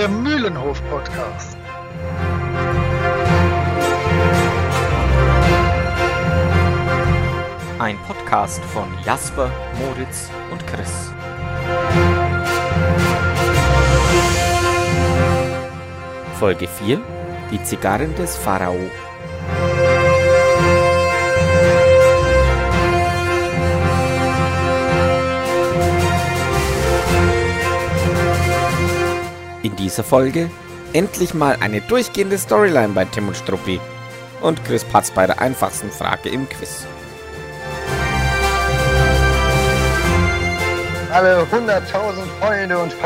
der Mühlenhof-Podcast. Ein Podcast von Jasper, Moritz und Chris. Folge 4: Die Zigarren des Pharao. In dieser Folge endlich mal eine durchgehende Storyline bei Tim und Struppi. Und Chris patzt bei der einfachsten Frage im Quiz. Alle 100.000 Freunde und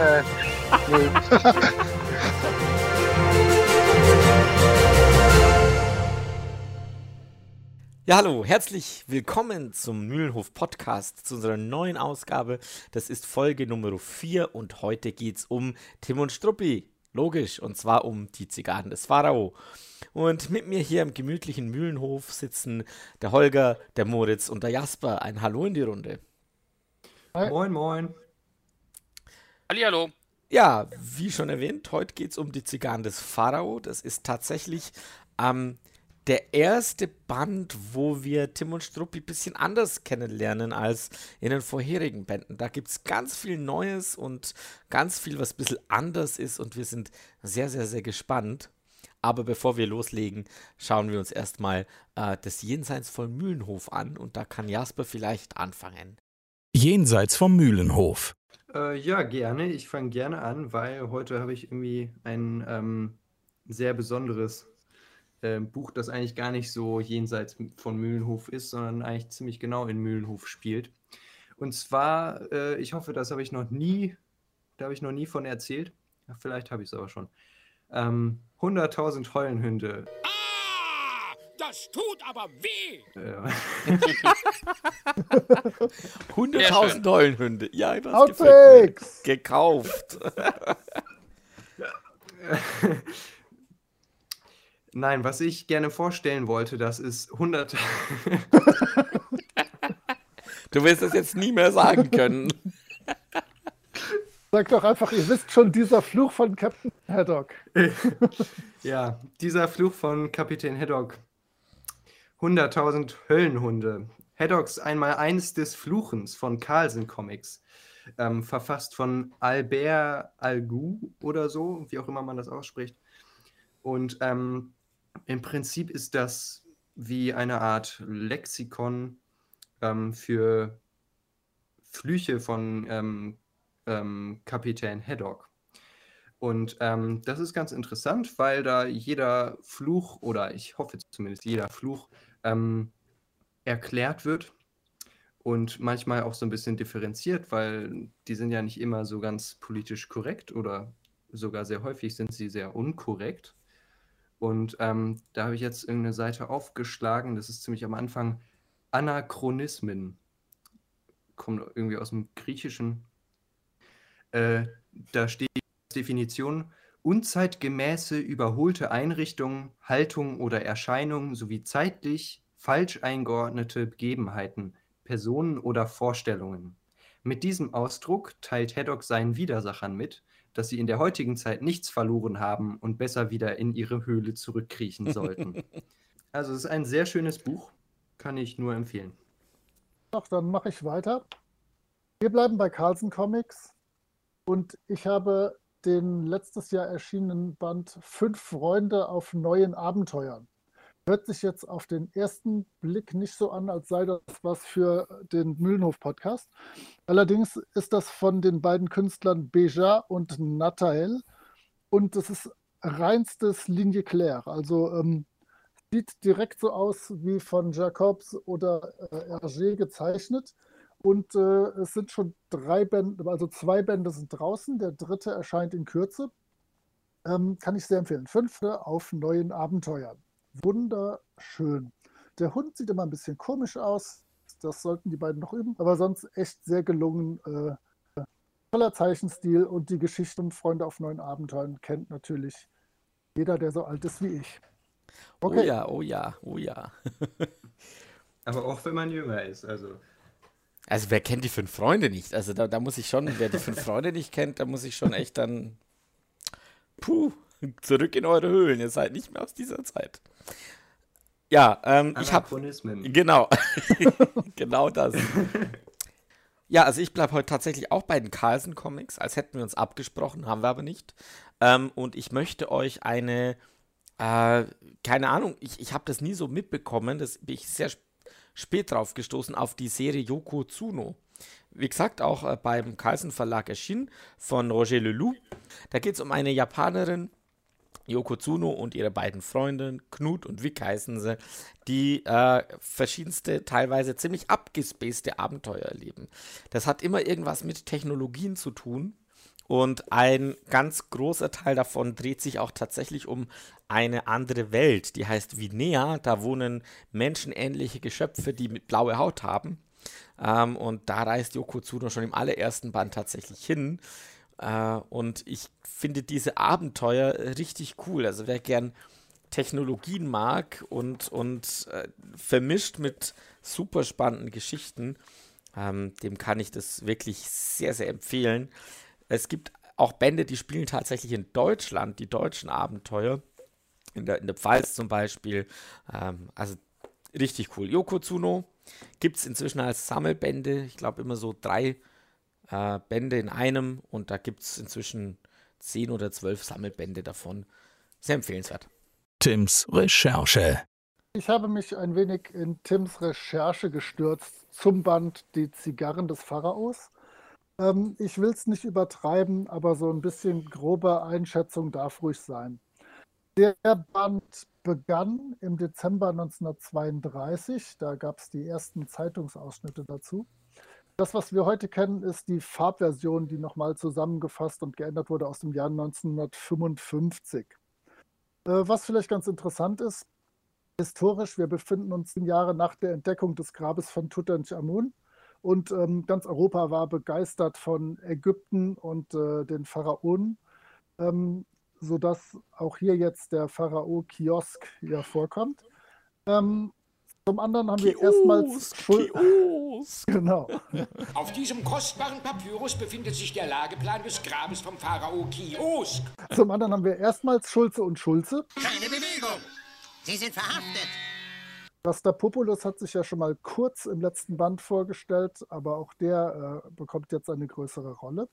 Ja, hallo, herzlich willkommen zum Mühlenhof-Podcast, zu unserer neuen Ausgabe. Das ist Folge Nummer 4 und heute geht's um Tim und Struppi. Logisch, und zwar um die Zigarren des Pharao. Und mit mir hier im gemütlichen Mühlenhof sitzen der Holger, der Moritz und der Jasper. Ein Hallo in die Runde. Hi. Moin, moin. Hallihallo. Ja, wie schon erwähnt, heute geht's um die Zigarren des Pharao. Das ist tatsächlich der erste Band, wo wir Tim und Struppi ein bisschen anders kennenlernen als in den vorherigen Bänden. Da gibt es ganz viel Neues und ganz viel, was ein bisschen anders ist und wir sind sehr, sehr, sehr gespannt. Aber bevor wir loslegen, schauen wir uns erstmal das Jenseits von Mühlenhof an und da kann Jasper vielleicht anfangen. Jenseits vom Mühlenhof. Ja, gerne. Ich fange gerne an, weil heute habe ich irgendwie ein sehr besonderes Buch, das eigentlich gar nicht so jenseits von Mühlenhof ist, sondern eigentlich ziemlich genau in Mühlenhof spielt. Und zwar, ich hoffe, da habe ich noch nie von erzählt. Ja, vielleicht habe ich es aber schon. 100.000 Heulenhunde. Das tut aber weh! 100.000 Heulenhunde. Ja, das Outtakes! gefällt mir. Gekauft. Nein, was ich gerne vorstellen wollte, das ist 100... Du wirst es jetzt nie mehr sagen können. Sag doch einfach, ihr wisst schon, dieser Fluch von Captain Haddock. Ja, dieser Fluch von Kapitän Haddock. 100.000 Höllenhunde. Haddocks Einmaleins des Fluchens von Carlsen Comics. Verfasst von Albert Algou oder so, wie auch immer man das ausspricht. Und im Prinzip ist das wie eine Art Lexikon für Flüche von Kapitän Haddock. Und das ist ganz interessant, weil da jeder Fluch, oder ich hoffe zumindest jeder Fluch, erklärt wird und manchmal auch so ein bisschen differenziert, weil die sind ja nicht immer so ganz politisch korrekt oder sogar sehr häufig sind sie sehr unkorrekt. Und da habe ich jetzt irgendeine Seite aufgeschlagen, das ist ziemlich am Anfang, Anachronismen. Kommt irgendwie aus dem Griechischen. Da steht als Definition: unzeitgemäße, überholte Einrichtungen, Haltungen oder Erscheinungen sowie zeitlich falsch eingeordnete Begebenheiten, Personen oder Vorstellungen. Mit diesem Ausdruck teilt Haddock seinen Widersachern mit, dass sie in der heutigen Zeit nichts verloren haben und besser wieder in ihre Höhle zurückkriechen sollten. Also es ist ein sehr schönes Buch, kann ich nur empfehlen. Doch, dann mache ich weiter. Wir bleiben bei Carlsen Comics und ich habe den letztes Jahr erschienenen Band 5 Freunde auf neuen Abenteuern. Hört sich jetzt auf den ersten Blick nicht so an, als sei das was für den Mühlenhof-Podcast. Allerdings ist das von den beiden Künstlern Beja und Nathael und es ist reinstes Linie Claire. Also sieht direkt so aus wie von Jacobs oder Hergé gezeichnet. Und es sind schon 3 Bände, also 2 Bände sind draußen, der 3. erscheint in Kürze. Kann ich sehr empfehlen. 5 auf neuen Abenteuern. Wunderschön. Der Hund sieht immer ein bisschen komisch aus. Das sollten die beiden noch üben. Aber sonst echt sehr gelungen. Toller Zeichenstil und die Geschichte Freunde auf neuen Abenteuern kennt natürlich jeder, der so alt ist wie ich. Okay. Oh ja, oh ja, oh ja. Aber auch wenn man jünger ist, also wer kennt die 5 Freunde nicht? Also da muss ich schon, wer die 5 Freunde nicht kennt, da muss ich schon echt dann Puh, zurück in eure Höhlen, ihr seid nicht mehr aus dieser Zeit. Ja, ich habe Anachronismen. genau, genau das. Ja, also ich bleibe heute tatsächlich auch bei den Carlsen-Comics, als hätten wir uns abgesprochen, haben wir aber nicht. Und ich möchte euch äh, keine Ahnung, ich habe das nie so mitbekommen, das bin ich sehr spät drauf gestoßen, auf die Serie Yoko Tsuno. Wie gesagt, auch beim Carlsen Verlag erschienen, von Roger Leloup. Da geht es um eine Japanerin, Yoko Tsuno, und ihre beiden Freunde, Knut und Vic heißen sie, die verschiedenste, teilweise ziemlich abgespacede Abenteuer erleben. Das hat immer irgendwas mit Technologien zu tun. Und ein ganz großer Teil davon dreht sich auch tatsächlich um eine andere Welt, die heißt Vinea. Da wohnen menschenähnliche Geschöpfe, die mit blaue Haut haben. Und da reist Yoko Tsuno schon im allerersten Band tatsächlich hin. Und ich finde diese Abenteuer richtig cool. Also wer gern Technologien mag und vermischt mit super spannenden Geschichten, dem kann ich das wirklich sehr, sehr empfehlen. Es gibt auch Bände, die spielen tatsächlich in Deutschland, die deutschen Abenteuer, in der Pfalz zum Beispiel. Also richtig cool. Yoko Tsuno gibt es inzwischen als Sammelbände. Ich glaube immer so 3 Bände in einem, und da gibt es inzwischen 10 oder 12 Sammelbände davon. Sehr empfehlenswert. Tims Recherche. Ich habe mich ein wenig in Tims Recherche gestürzt zum Band Die Zigarren des Pharaos. Ich will es nicht übertreiben, aber so ein bisschen grobe Einschätzung darf ruhig sein. Der Band begann im Dezember 1932. Da gab es die ersten Zeitungsausschnitte dazu. Das, was wir heute kennen, ist die Farbversion, die nochmal zusammengefasst und geändert wurde aus dem Jahr 1955. Was vielleicht ganz interessant ist, historisch, wir befinden uns 10 Jahre nach der Entdeckung des Grabes von Tutanchamun. Und ganz Europa war begeistert von Ägypten und den Pharaonen, sodass auch hier jetzt der Pharao Kiosk hier vorkommt. Zum anderen haben wir erstmals Kiosk. Genau. Auf diesem kostbaren Papyrus befindet sich der Lageplan des Grabes vom Pharao Kiosk. Zum anderen haben wir erstmals Schulze und Schulze. Keine Bewegung. Sie sind verhaftet. Rastapopoulos hat sich ja schon mal kurz im letzten Band vorgestellt, aber auch der bekommt jetzt eine größere Rolle.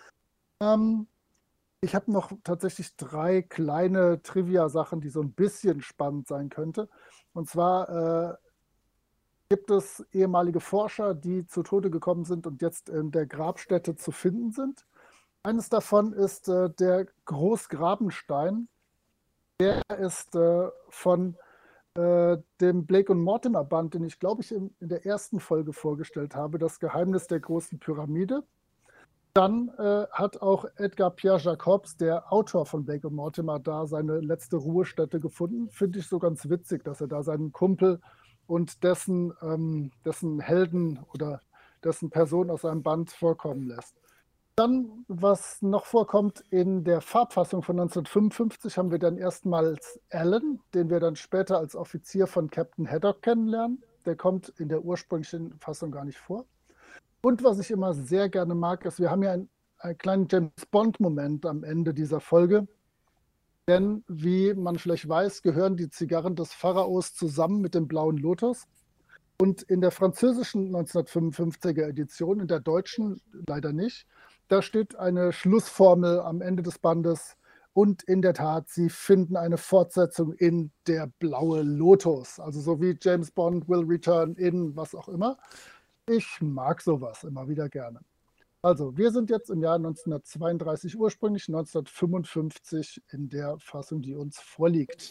Ich habe noch tatsächlich 3 kleine Trivia-Sachen, die so ein bisschen spannend sein könnte. Und zwar gibt es ehemalige Forscher, die zu Tode gekommen sind und jetzt in der Grabstätte zu finden sind. Eines davon ist der Großgrabenstein. Der ist von dem Blake und Mortimer Band, den ich, glaube ich, in der ersten Folge vorgestellt habe, das Geheimnis der großen Pyramide. Dann hat auch Edgar Pierre Jacobs, der Autor von Blake und Mortimer, da seine letzte Ruhestätte gefunden. Finde ich so ganz witzig, dass er da seinen Kumpel und dessen Helden oder dessen Person aus seinem Band vorkommen lässt. Dann, was noch vorkommt, in der Farbfassung von 1955 haben wir dann erstmals Alan, den wir dann später als Offizier von Captain Haddock kennenlernen. Der kommt in der ursprünglichen Fassung gar nicht vor. Und was ich immer sehr gerne mag, ist, wir haben ja einen kleinen James-Bond-Moment am Ende dieser Folge. Denn, wie man vielleicht weiß, gehören die Zigarren des Pharaos zusammen mit dem Blauen Lotus. Und in der französischen 1955er Edition, in der deutschen leider nicht, da steht eine Schlussformel am Ende des Bandes. Und in der Tat, sie finden eine Fortsetzung in Der Blaue Lotus. Also so wie James Bond will return in was auch immer. Ich mag sowas immer wieder gerne. Also, wir sind jetzt im Jahr 1932 ursprünglich, 1955 in der Fassung, die uns vorliegt.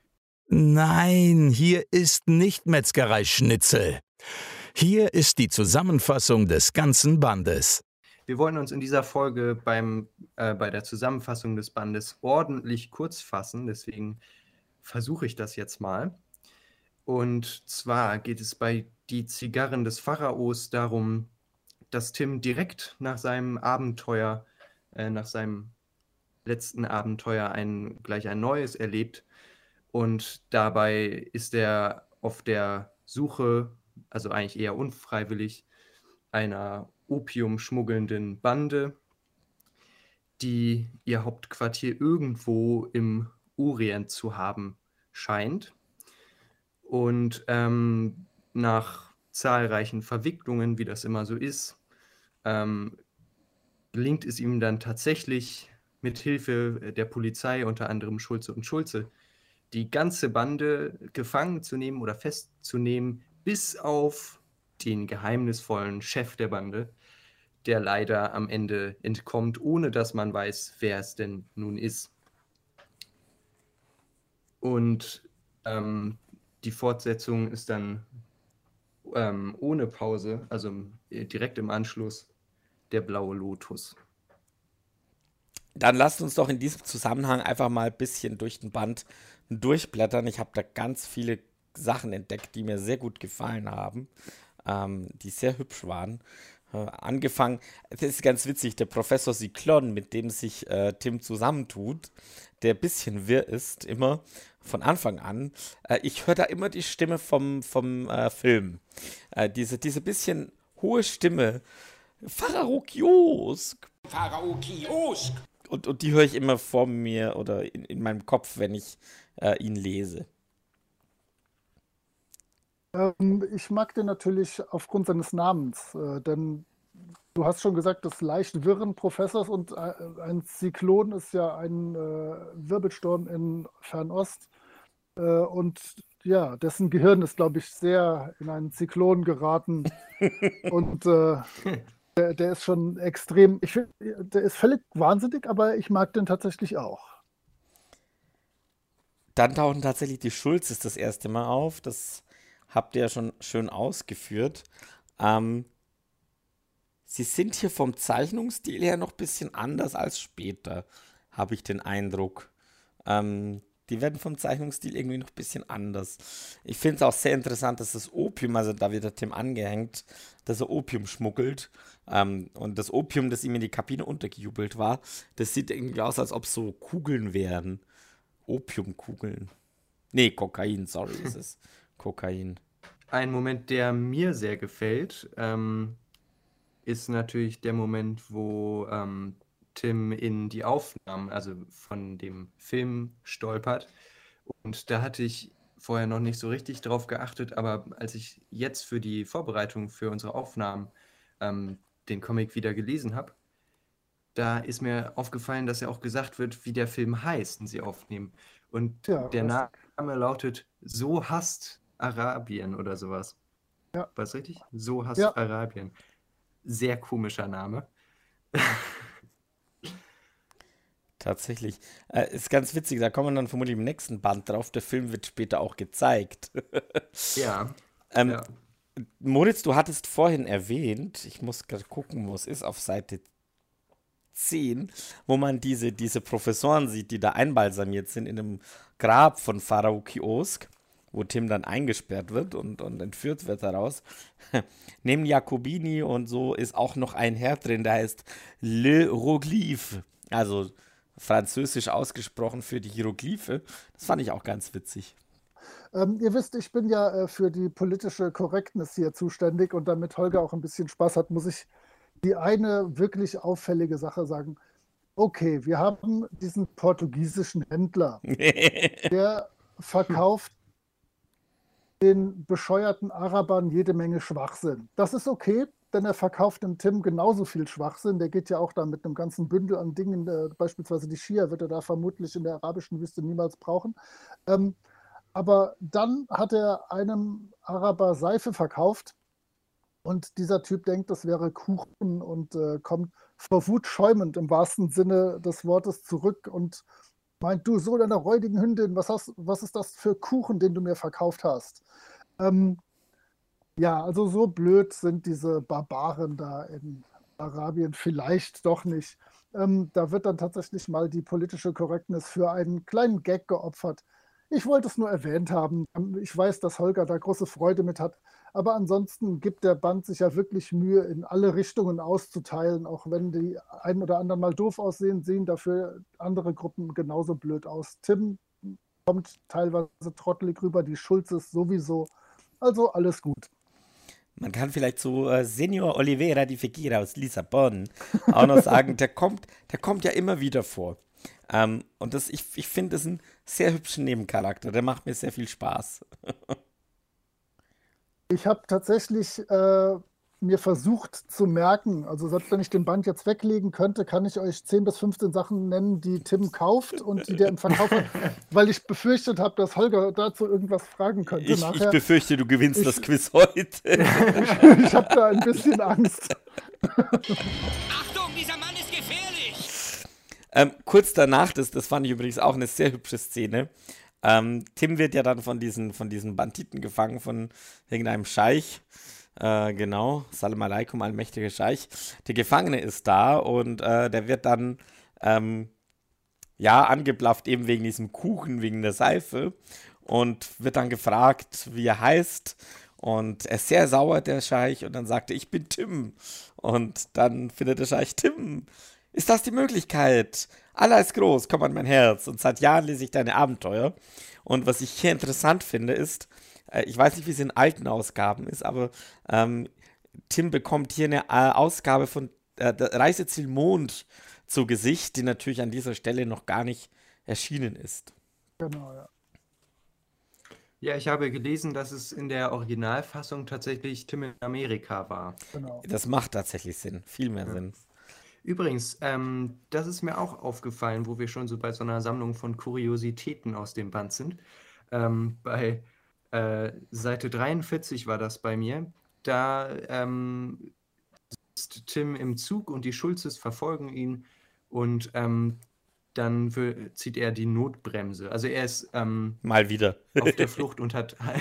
Nein, hier ist nicht Metzgerei-Schnitzel. Hier ist die Zusammenfassung des ganzen Bandes. Wir wollen uns in dieser Folge bei der Zusammenfassung des Bandes ordentlich kurz fassen, deswegen versuche ich das jetzt mal. Und zwar geht es bei Die Zigarren des Pharaos darum, dass Tim direkt nach seinem Abenteuer, nach seinem letzten Abenteuer gleich ein neues erlebt. Und dabei ist er auf der Suche, also eigentlich eher unfreiwillig, einer opiumschmuggelnden Bande, die ihr Hauptquartier irgendwo im Orient zu haben scheint. Und nach zahlreichen Verwicklungen, wie das immer so ist, gelingt es ihm dann tatsächlich mit Hilfe der Polizei, unter anderem Schulze und Schulze, die ganze Bande gefangen zu nehmen oder festzunehmen, bis auf den geheimnisvollen Chef der Bande, der leider am Ende entkommt, ohne dass man weiß, wer es denn nun ist. Und die Fortsetzung ist dann ohne Pause, also direkt im Anschluss, der Blaue Lotus. Dann lasst uns doch in diesem Zusammenhang einfach mal ein bisschen durch den Band durchblättern. Ich habe da ganz viele Sachen entdeckt, die mir sehr gut gefallen haben, die sehr hübsch waren. Angefangen, das ist ganz witzig, der Professor Cyclone, mit dem sich Tim zusammentut, der ein bisschen wirr ist, immer von Anfang an. Ich höre da immer die Stimme vom Film. Diese bisschen hohe Stimme. Pharao Kiosk. Pharao Kiosk. Und die höre ich immer vor mir oder in meinem Kopf, wenn ich ihn lese. Ich mag den natürlich aufgrund seines Namens, denn du hast schon gesagt, des leicht wirren Professors und ein Zyklon ist ja ein Wirbelsturm in Fernost. Und ja, dessen Gehirn ist, glaube ich, sehr in einen Zyklon geraten. Und der ist schon extrem, ich find, der ist völlig wahnsinnig, aber ich mag den tatsächlich auch. Dann tauchen tatsächlich die Schulzes das erste Mal auf. Das habt ihr ja schon schön ausgeführt. Sie sind hier vom Zeichnungsstil her noch ein bisschen anders als später, habe ich den Eindruck. Die werden vom Zeichnungsstil irgendwie noch ein bisschen anders. Ich finde es auch sehr interessant, dass das Opium, also da wird der Tim angehängt, dass er Opium schmuggelt. Und das Opium, das ihm in die Kabine untergejubelt war, das sieht irgendwie aus, als ob es so Kugeln wären. Opiumkugeln. Nee, Kokain, sorry, ist es. Kokain. Ein Moment, der mir sehr gefällt, ist natürlich der Moment, wo Tim in die Aufnahmen, also von dem Film, stolpert. Und da hatte ich vorher noch nicht so richtig drauf geachtet, aber als ich jetzt für die Vorbereitung für unsere Aufnahmen den Comic wieder gelesen habe, da ist mir aufgefallen, dass ja auch gesagt wird, wie der Film heißt, den sie aufnehmen. Und Ja, der richtig. Name lautet So hasst Arabien oder sowas. Ja. War das richtig? So hasst Ja. Arabien. Sehr komischer Name. Tatsächlich. Ist ganz witzig, da kommen wir dann vermutlich im nächsten Band drauf. Der Film wird später auch gezeigt. Ja. Ähm, Ja. Moritz, du hattest vorhin erwähnt, ich muss gerade gucken, wo es ist, auf Seite 10, wo man diese Professoren sieht, die da einbalsamiert sind in einem Grab von Pharao Kiosk, wo Tim dann eingesperrt wird und entführt wird daraus. Neben Jacobini und so ist auch noch ein Herr drin, der heißt Le Roglyphe, also französisch ausgesprochen für die Hieroglyphe. Das fand ich auch ganz witzig. Ihr wisst, ich bin ja für die politische Correctness hier zuständig und damit Holger auch ein bisschen Spaß hat, muss ich die eine wirklich auffällige Sache sagen. Okay, wir haben diesen portugiesischen Händler, der verkauft den bescheuerten Arabern jede Menge Schwachsinn. Das ist okay, denn er verkauft dem Tim genauso viel Schwachsinn. Der geht ja auch da mit einem ganzen Bündel an Dingen, beispielsweise die Schia wird er da vermutlich in der arabischen Wüste niemals brauchen. Aber dann hat er einem Araber Seife verkauft und dieser Typ denkt, das wäre Kuchen und kommt vor Wut schäumend im wahrsten Sinne des Wortes zurück und meint, du Sohn einer räudigen Hündin, was ist das für Kuchen, den du mir verkauft hast? Ja, also so blöd sind diese Barbaren da in Arabien vielleicht doch nicht. Da wird dann tatsächlich mal die politische Correctness für einen kleinen Gag geopfert. Ich wollte es nur erwähnt haben. Ich weiß, dass Holger da große Freude mit hat. Aber ansonsten gibt der Band sich ja wirklich Mühe, in alle Richtungen auszuteilen. Auch wenn die einen oder anderen mal doof aussehen, sehen dafür andere Gruppen genauso blöd aus. Tim kommt teilweise trottelig rüber, die Schulzes sowieso. Also alles gut. Man kann vielleicht zu Senor Oliveira de Figueira aus Lissabon auch noch sagen, der kommt ja immer wieder vor. Und ich finde, das einen sehr hübschen Nebencharakter. Der macht mir sehr viel Spaß. Ich habe tatsächlich mir versucht zu merken, also selbst wenn ich den Band jetzt weglegen könnte, kann ich euch 10 bis 15 Sachen nennen, die Tim kauft und die der im Verkauf hat, weil ich befürchtet habe, dass Holger dazu irgendwas fragen könnte Ich nachher. befürchte, du gewinnst das Quiz heute. Ich habe da ein bisschen Angst. Achtung, dieser Mann ist gefährlich! Kurz danach, das fand ich übrigens auch eine sehr hübsche Szene. Tim wird ja dann von diesen Banditen gefangen, von irgendeinem Scheich. Genau, Salam alaikum, allmächtiger Scheich. Der Gefangene ist da und der wird dann angeblafft, eben wegen diesem Kuchen, wegen der Seife. Und wird dann gefragt, wie er heißt. Und er ist sehr sauer, der Scheich. Und dann sagt er, ich bin Tim. Und dann findet der Scheich, Tim, ist das die Möglichkeit? Allah ist groß, komm an mein Herz. Und seit Jahren lese ich deine Abenteuer. Und was ich hier interessant finde, ist, ich weiß nicht, wie es in alten Ausgaben ist, aber Tim bekommt hier eine Ausgabe von der Reiseziel Mond zu Gesicht, die natürlich an dieser Stelle noch gar nicht erschienen ist. Genau, ja. Ja, ich habe gelesen, dass es in der Originalfassung tatsächlich Tim in Amerika war. Genau. Das macht tatsächlich Sinn, viel mehr Ja. Sinn. Übrigens, das ist mir auch aufgefallen, wo wir schon so bei so einer Sammlung von Kuriositäten aus dem Band sind. Bei Seite 43 war das bei mir. Da ist Tim im Zug und die Schulzes verfolgen ihn und dann zieht er die Notbremse. Also er ist Mal wieder. auf der Flucht und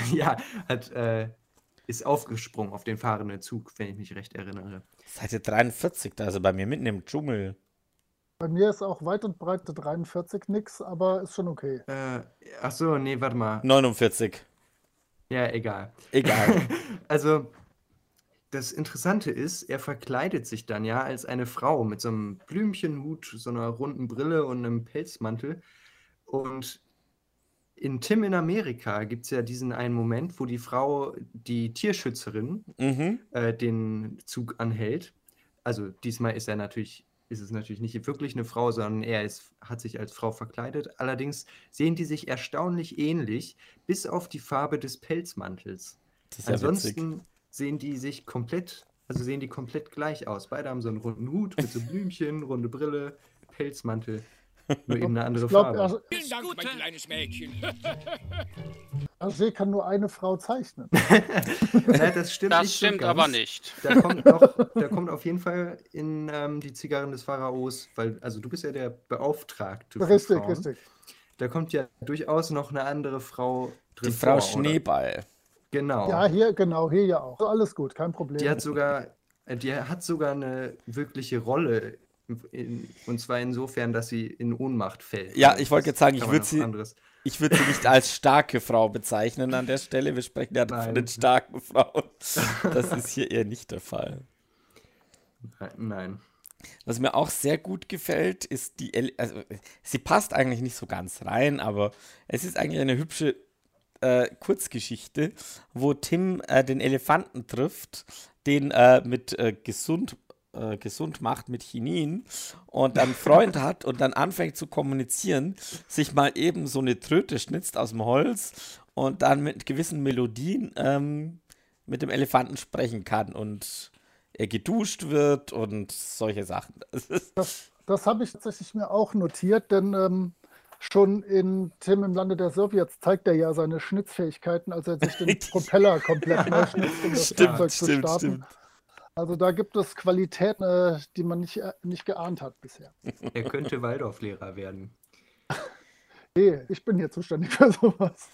ist aufgesprungen auf den fahrenden Zug, wenn ich mich recht erinnere. Seite 43, da ist er bei mir mitten im Dschungel. Bei mir ist auch weit und breit 43 nix, aber ist schon okay. Ach so, nee, warte mal. 49. Ja, egal. Egal. Also, das Interessante ist, er verkleidet sich dann ja als eine Frau mit so einem Blümchenhut, so einer runden Brille und einem Pelzmantel. Und in Tim in Amerika gibt es ja diesen einen Moment, wo die Frau, die Tierschützerin, den Zug anhält. Also diesmal ist es natürlich nicht wirklich eine Frau, sondern hat sich als Frau verkleidet. Allerdings sehen die sich erstaunlich ähnlich, bis auf die Farbe des Pelzmantels. Das ist ja Ansonsten witzig. sehen die komplett gleich aus. Beide haben so einen runden Hut mit so Blümchen, runde Brille, Pelzmantel. Nur eben eine andere Ich glaube, Farbe. Vielen Dank, mein kleines Mädchen. Hergé kann nur eine Frau zeichnen. Nein, das stimmt Das nicht so stimmt ganz. aber nicht. Da kommt auf jeden Fall in die Zigarren des Pharaos, also du bist ja der Beauftragte für Richtig, Frauen. richtig. Da kommt ja durchaus noch eine andere Frau drin Die Frau vor, Schneeball. Oder? Genau. Ja, hier ja auch. Also alles gut, kein Problem. Die hat sogar eine wirkliche Rolle, und zwar insofern, dass sie in Ohnmacht fällt. Ja, ich wollte jetzt sagen, Kann ich man würde noch sie anderes- nicht als starke Frau bezeichnen an der Stelle. Wir sprechen ja von Nein. den starken Frauen. Das ist hier eher nicht der Fall. Nein. Was mir auch sehr gut gefällt, ist sie passt eigentlich nicht so ganz rein, aber es ist eigentlich eine hübsche Kurzgeschichte, wo Tim den Elefanten trifft, den mit gesund macht mit Chinin und dann einen Freund hat und dann anfängt zu kommunizieren, sich mal eben so eine Tröte schnitzt aus dem Holz und dann mit gewissen Melodien mit dem Elefanten sprechen kann und er geduscht wird und solche Sachen. Das habe ich tatsächlich mir auch notiert, denn schon in Tim im Lande der Sowjets zeigt er ja seine Schnitzfähigkeiten, als er sich den Propeller komplett neu schnitzt, um das Flugzeug zu starten. Also da gibt es Qualitäten, die man nicht geahnt hat bisher. Er könnte Waldorflehrer werden. Nee, ich bin hier zuständig für sowas.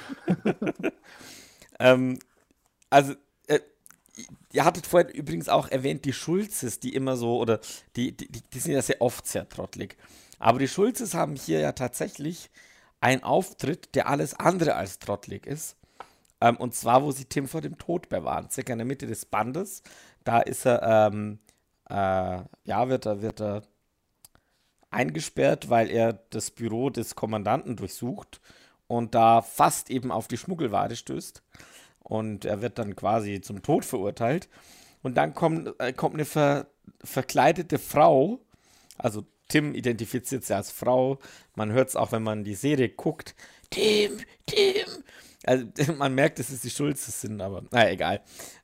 Ihr hattet vorhin übrigens auch erwähnt, die Schulzes, die immer so, oder die sind ja sehr oft sehr trottelig. Aber die Schulzes haben hier ja tatsächlich einen Auftritt, der alles andere als trottelig ist. Und zwar, wo sie Tim vor dem Tod bewahren, circa in der Mitte des Bandes. Da ist er, wird er eingesperrt, weil er das Büro des Kommandanten durchsucht und da fast eben auf die Schmuggelware stößt. und er wird dann quasi zum Tod verurteilt. Und dann kommt eine verkleidete Frau, also Tim identifiziert sie als Frau, man hört es auch, wenn man die Serie guckt, Tim. Also man merkt, dass es die Schulzes sind, aber naja, egal.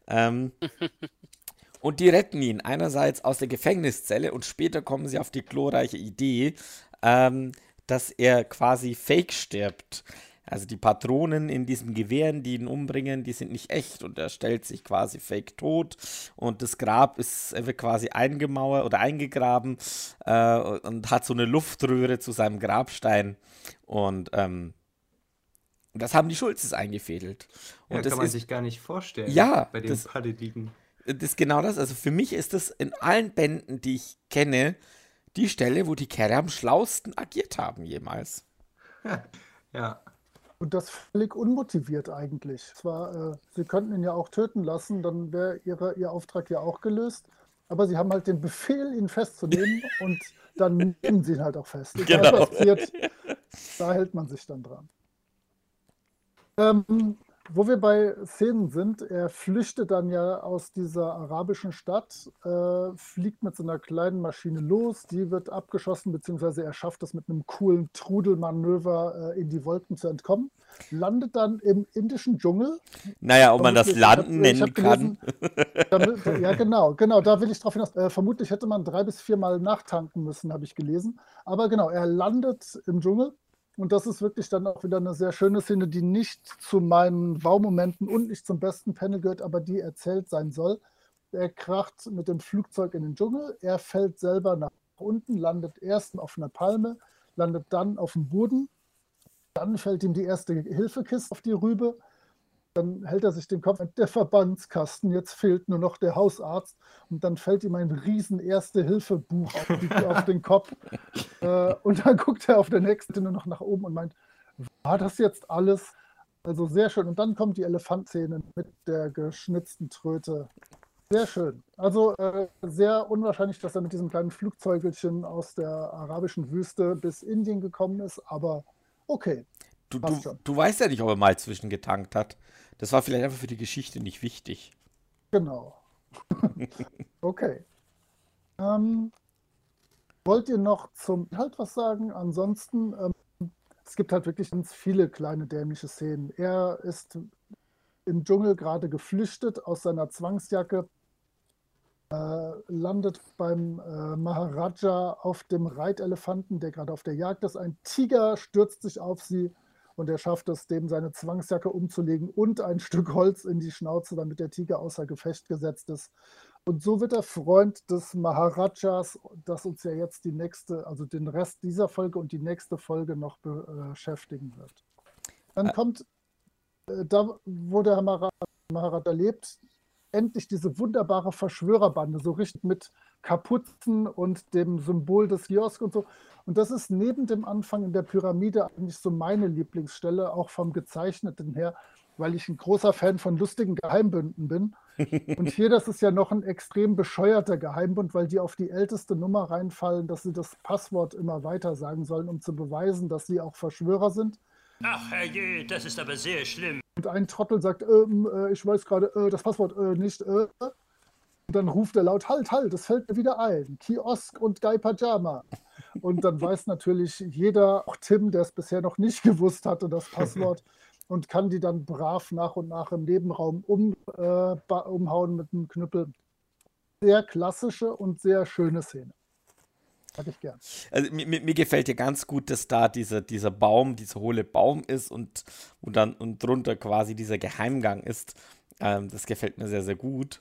Und die retten ihn einerseits aus der Gefängniszelle und später kommen sie auf die glorreiche Idee, dass er quasi fake stirbt. Also die Patronen in diesen Gewehren, die ihn umbringen, die sind nicht echt und er stellt sich quasi fake tot und das Grab wird quasi eingemauert oder eingegraben und hat so eine Luftröhre zu seinem Grabstein und das haben die Schulzes eingefädelt. Und Ja, das kann man ist, sich gar nicht vorstellen, ja, bei den das Paladinen. ist genau das. Also für mich ist das in allen Bänden, die ich kenne, die Stelle, wo die Kerle am schlausten agiert haben jemals. Ja, Und das völlig unmotiviert eigentlich. Zwar, sie könnten ihn ja auch töten lassen, dann wäre ihr Auftrag ja auch gelöst. Aber sie haben halt den Befehl, ihn festzunehmen und dann nehmen sie ihn halt auch fest. Egal Genau. was passiert, da hält man sich dann dran. Wo wir bei Szenen sind, er flüchtet dann ja aus dieser arabischen Stadt, fliegt mit so einer kleinen Maschine los, die wird abgeschossen, beziehungsweise er schafft es mit einem coolen Trudelmanöver in die Wolken zu entkommen, landet dann im indischen Dschungel. Naja, ob man das Vermutlich, Landen ich hab nennen kann. ja, genau, da will ich drauf hinaus. Vermutlich hätte man 3 bis 4 Mal nachtanken müssen, habe ich gelesen. Aber genau, er landet im Dschungel. Und das ist wirklich dann auch wieder eine sehr schöne Szene, die nicht zu meinen Wow-Momenten und nicht zum besten Panel gehört, aber die erzählt sein soll. Er kracht mit dem Flugzeug in den Dschungel, er fällt selber nach unten, landet erst auf einer Palme, landet dann auf dem Boden, dann fällt ihm die erste Hilfekiste auf die Rübe, dann hält er sich den Kopf, der Verbandskasten, jetzt fehlt nur noch der Hausarzt und dann fällt ihm ein riesen Erste-Hilfe-Buch auf den Kopf und dann guckt er auf der nächsten nur noch nach oben und meint, war das jetzt alles? Also sehr schön. Und dann kommt die Elefantszene mit der geschnitzten Tröte. Sehr schön. Also sehr unwahrscheinlich, dass er mit diesem kleinen Flugzeugelchen aus der arabischen Wüste bis Indien gekommen ist, aber okay. Du weißt ja nicht, ob er mal zwischengetankt hat. Das war vielleicht einfach für die Geschichte nicht wichtig. Genau. Okay. Wollt ihr noch zum Inhalt was sagen? Ansonsten, es gibt halt wirklich ganz viele kleine dämliche Szenen. Er ist im Dschungel gerade geflüchtet aus seiner Zwangsjacke, landet beim Maharaja auf dem Reitelefanten, der gerade auf der Jagd ist. Ein Tiger stürzt sich auf sie und er schafft es, dem seine Zwangsjacke umzulegen und ein Stück Holz in die Schnauze, damit der Tiger außer Gefecht gesetzt ist. Und so wird er Freund des Maharajas, das uns ja jetzt also den Rest dieser Folge und die nächste Folge noch beschäftigen wird. Dann kommt, da wo der Maharaja lebt, endlich diese wunderbare Verschwörerbande, so richtig mit Kapuzen und dem Symbol des Kiosk und so. Und das ist neben dem Anfang in der Pyramide eigentlich so meine Lieblingsstelle, auch vom Gezeichneten her, weil ich ein großer Fan von lustigen Geheimbünden bin. Und hier, das ist ja noch ein extrem bescheuerter Geheimbund, weil die auf die älteste Nummer reinfallen, dass sie das Passwort immer weiter sagen sollen, um zu beweisen, dass sie auch Verschwörer sind. Ach herrje, das ist aber sehr schlimm. Und ein Trottel sagt, ich weiß gerade das Passwort nicht. Und dann ruft er laut, halt, das fällt mir wieder ein. Kiosk und Guy Pajama. Und dann weiß natürlich jeder, auch Tim, der es bisher noch nicht gewusst hatte, das Passwort, und kann die dann brav nach und nach im Nebenraum umhauen mit einem Knüppel. Sehr klassische und sehr schöne Szene. Mag ich gern. Also mir gefällt ja ganz gut, dass da dieser Baum, dieser hohle Baum ist und drunter quasi dieser Geheimgang ist. Das gefällt mir sehr, sehr gut.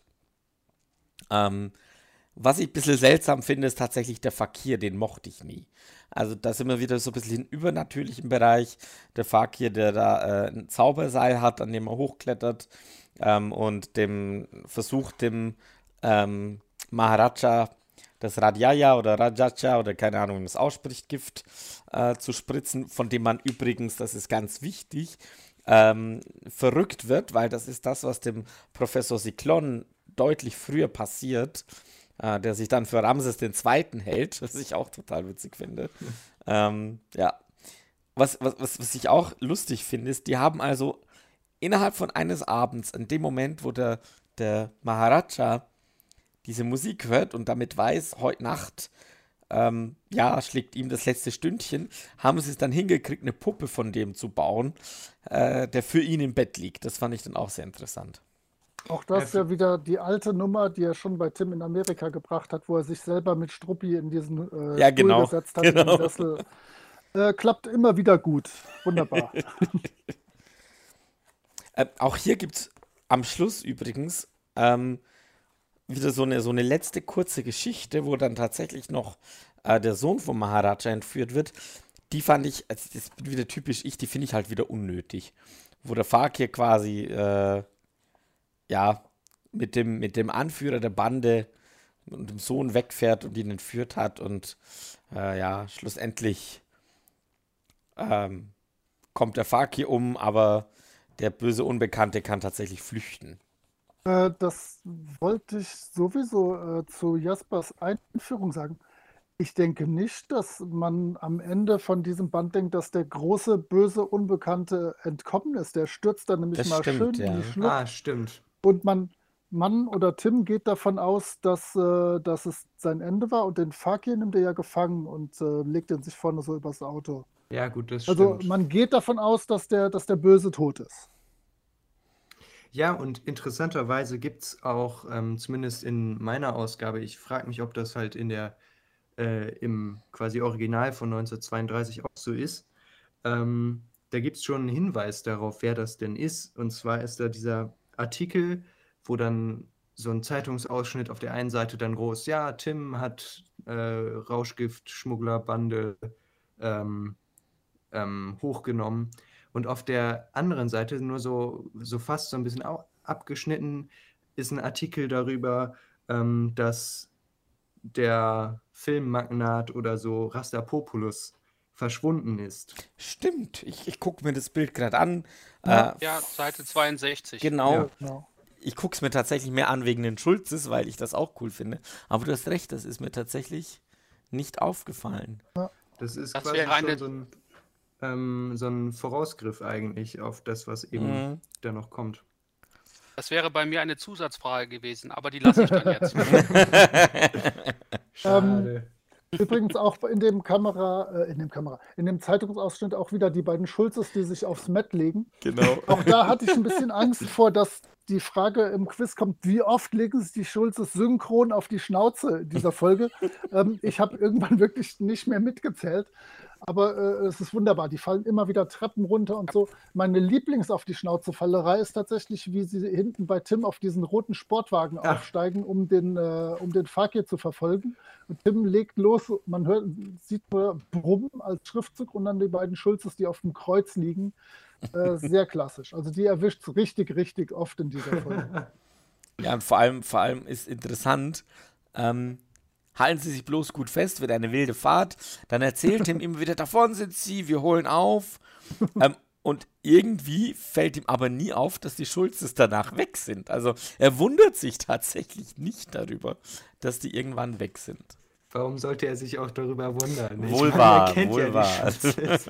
Was ich ein bisschen seltsam finde, ist tatsächlich der Fakir, den mochte ich nie. Also da sind wir wieder so ein bisschen im übernatürlichen Bereich. Der Fakir, der da ein Zauberseil hat, an dem er hochklettert und versucht dem Maharaja das Radjaya oder Rajacha oder keine Ahnung, wie man es ausspricht, Gift zu spritzen, von dem man übrigens, das ist ganz wichtig, verrückt wird, weil das ist das, was dem Professor Cyclone deutlich früher passiert, der sich dann für Ramses II. Hält, was ich auch total witzig finde. Ja. Was ich auch lustig finde, ist, die haben also innerhalb von eines Abends, in dem Moment, wo der Maharaja diese Musik hört und damit weiß, heute Nacht schlägt ihm das letzte Stündchen, haben sie es dann hingekriegt, eine Puppe von dem zu bauen, der für ihn im Bett liegt. Das fand ich dann auch sehr interessant. Auch das ist ja wieder die alte Nummer, die er schon bei Tim in Amerika gebracht hat, wo er sich selber mit Struppi in diesen Stuhl gesetzt hat, in den Sessel. Klappt immer wieder gut. Wunderbar. Auch hier gibt es am Schluss übrigens wieder so eine letzte kurze Geschichte, wo dann tatsächlich noch der Sohn vom Maharaja entführt wird. Die fand ich, also das bin wieder typisch die finde ich halt wieder unnötig. Wo der Fakir quasi mit dem Anführer der Bande und dem Sohn wegfährt und ihn entführt hat und schlussendlich kommt der Fakir um, aber der böse Unbekannte kann tatsächlich flüchten. Das wollte ich sowieso zu Jaspers Einführung sagen. Ich denke nicht, dass man am Ende von diesem Band denkt, dass der große, böse Unbekannte entkommen ist. Der stürzt dann nämlich schön in die Schlucht. Ah, stimmt. Und Mann oder Tim geht davon aus, dass es sein Ende war und den Fakir nimmt er ja gefangen und legt ihn sich vorne so übers Auto. Ja, gut, das Also stimmt. man geht davon aus, dass der Böse tot ist. Ja, und interessanterweise gibt es auch, zumindest in meiner Ausgabe, ich frage mich, ob das halt im quasi Original von 1932 auch so ist. Da gibt es schon einen Hinweis darauf, wer das denn ist. Und zwar ist da dieser Artikel, wo dann so ein Zeitungsausschnitt auf der einen Seite dann groß, ja, Tim hat Rauschgift, Schmugglerbande hochgenommen. Und auf der anderen Seite, nur so fast so ein bisschen abgeschnitten, ist ein Artikel darüber, dass der Filmmagnat oder so Rastapopoulos verschwunden ist. Stimmt, ich gucke mir das Bild gerade an. Ja, Seite 62. Genau. Genau. Ich gucke es mir tatsächlich mehr an wegen den Schulzes, weil ich das auch cool finde. Aber du hast recht, das ist mir tatsächlich nicht aufgefallen. Das ist Das quasi wäre schon so ein Vorausgriff eigentlich auf das, was eben da noch kommt. Das wäre bei mir eine Zusatzfrage gewesen, aber die lasse ich dann jetzt. Schade. Übrigens auch in dem Zeitungsausschnitt auch wieder die beiden Schulzes, die sich aufs Met legen. Genau. Auch da hatte ich ein bisschen Angst vor, dass die Frage im Quiz kommt, wie oft legen sich die Schulzes synchron auf die Schnauze in dieser Folge? Ich habe irgendwann wirklich nicht mehr mitgezählt. Aber es ist wunderbar. Die fallen immer wieder Treppen runter und so. Meine Lieblings-auf die Schnauze-Fallerei ist tatsächlich, wie sie hinten bei Tim auf diesen roten Sportwagen aufsteigen, um den Fakir zu verfolgen. Und Tim legt los, sieht nur Brummen als Schriftzug und dann die beiden Schulzes, die auf dem Kreuz liegen. Sehr klassisch. Also die erwischt es richtig, richtig oft in dieser Folge. Ja, und vor allem ist interessant, halten Sie sich bloß gut fest, wird eine wilde Fahrt. Dann erzählt ihm immer wieder, davon sind Sie, wir holen auf. Und irgendwie fällt ihm aber nie auf, dass die Schulzes danach weg sind. Also er wundert sich tatsächlich nicht darüber, dass die irgendwann weg sind. Warum sollte er sich auch darüber wundern? Wohl wahr, er kennt wohl ja die wahr. Schulzes.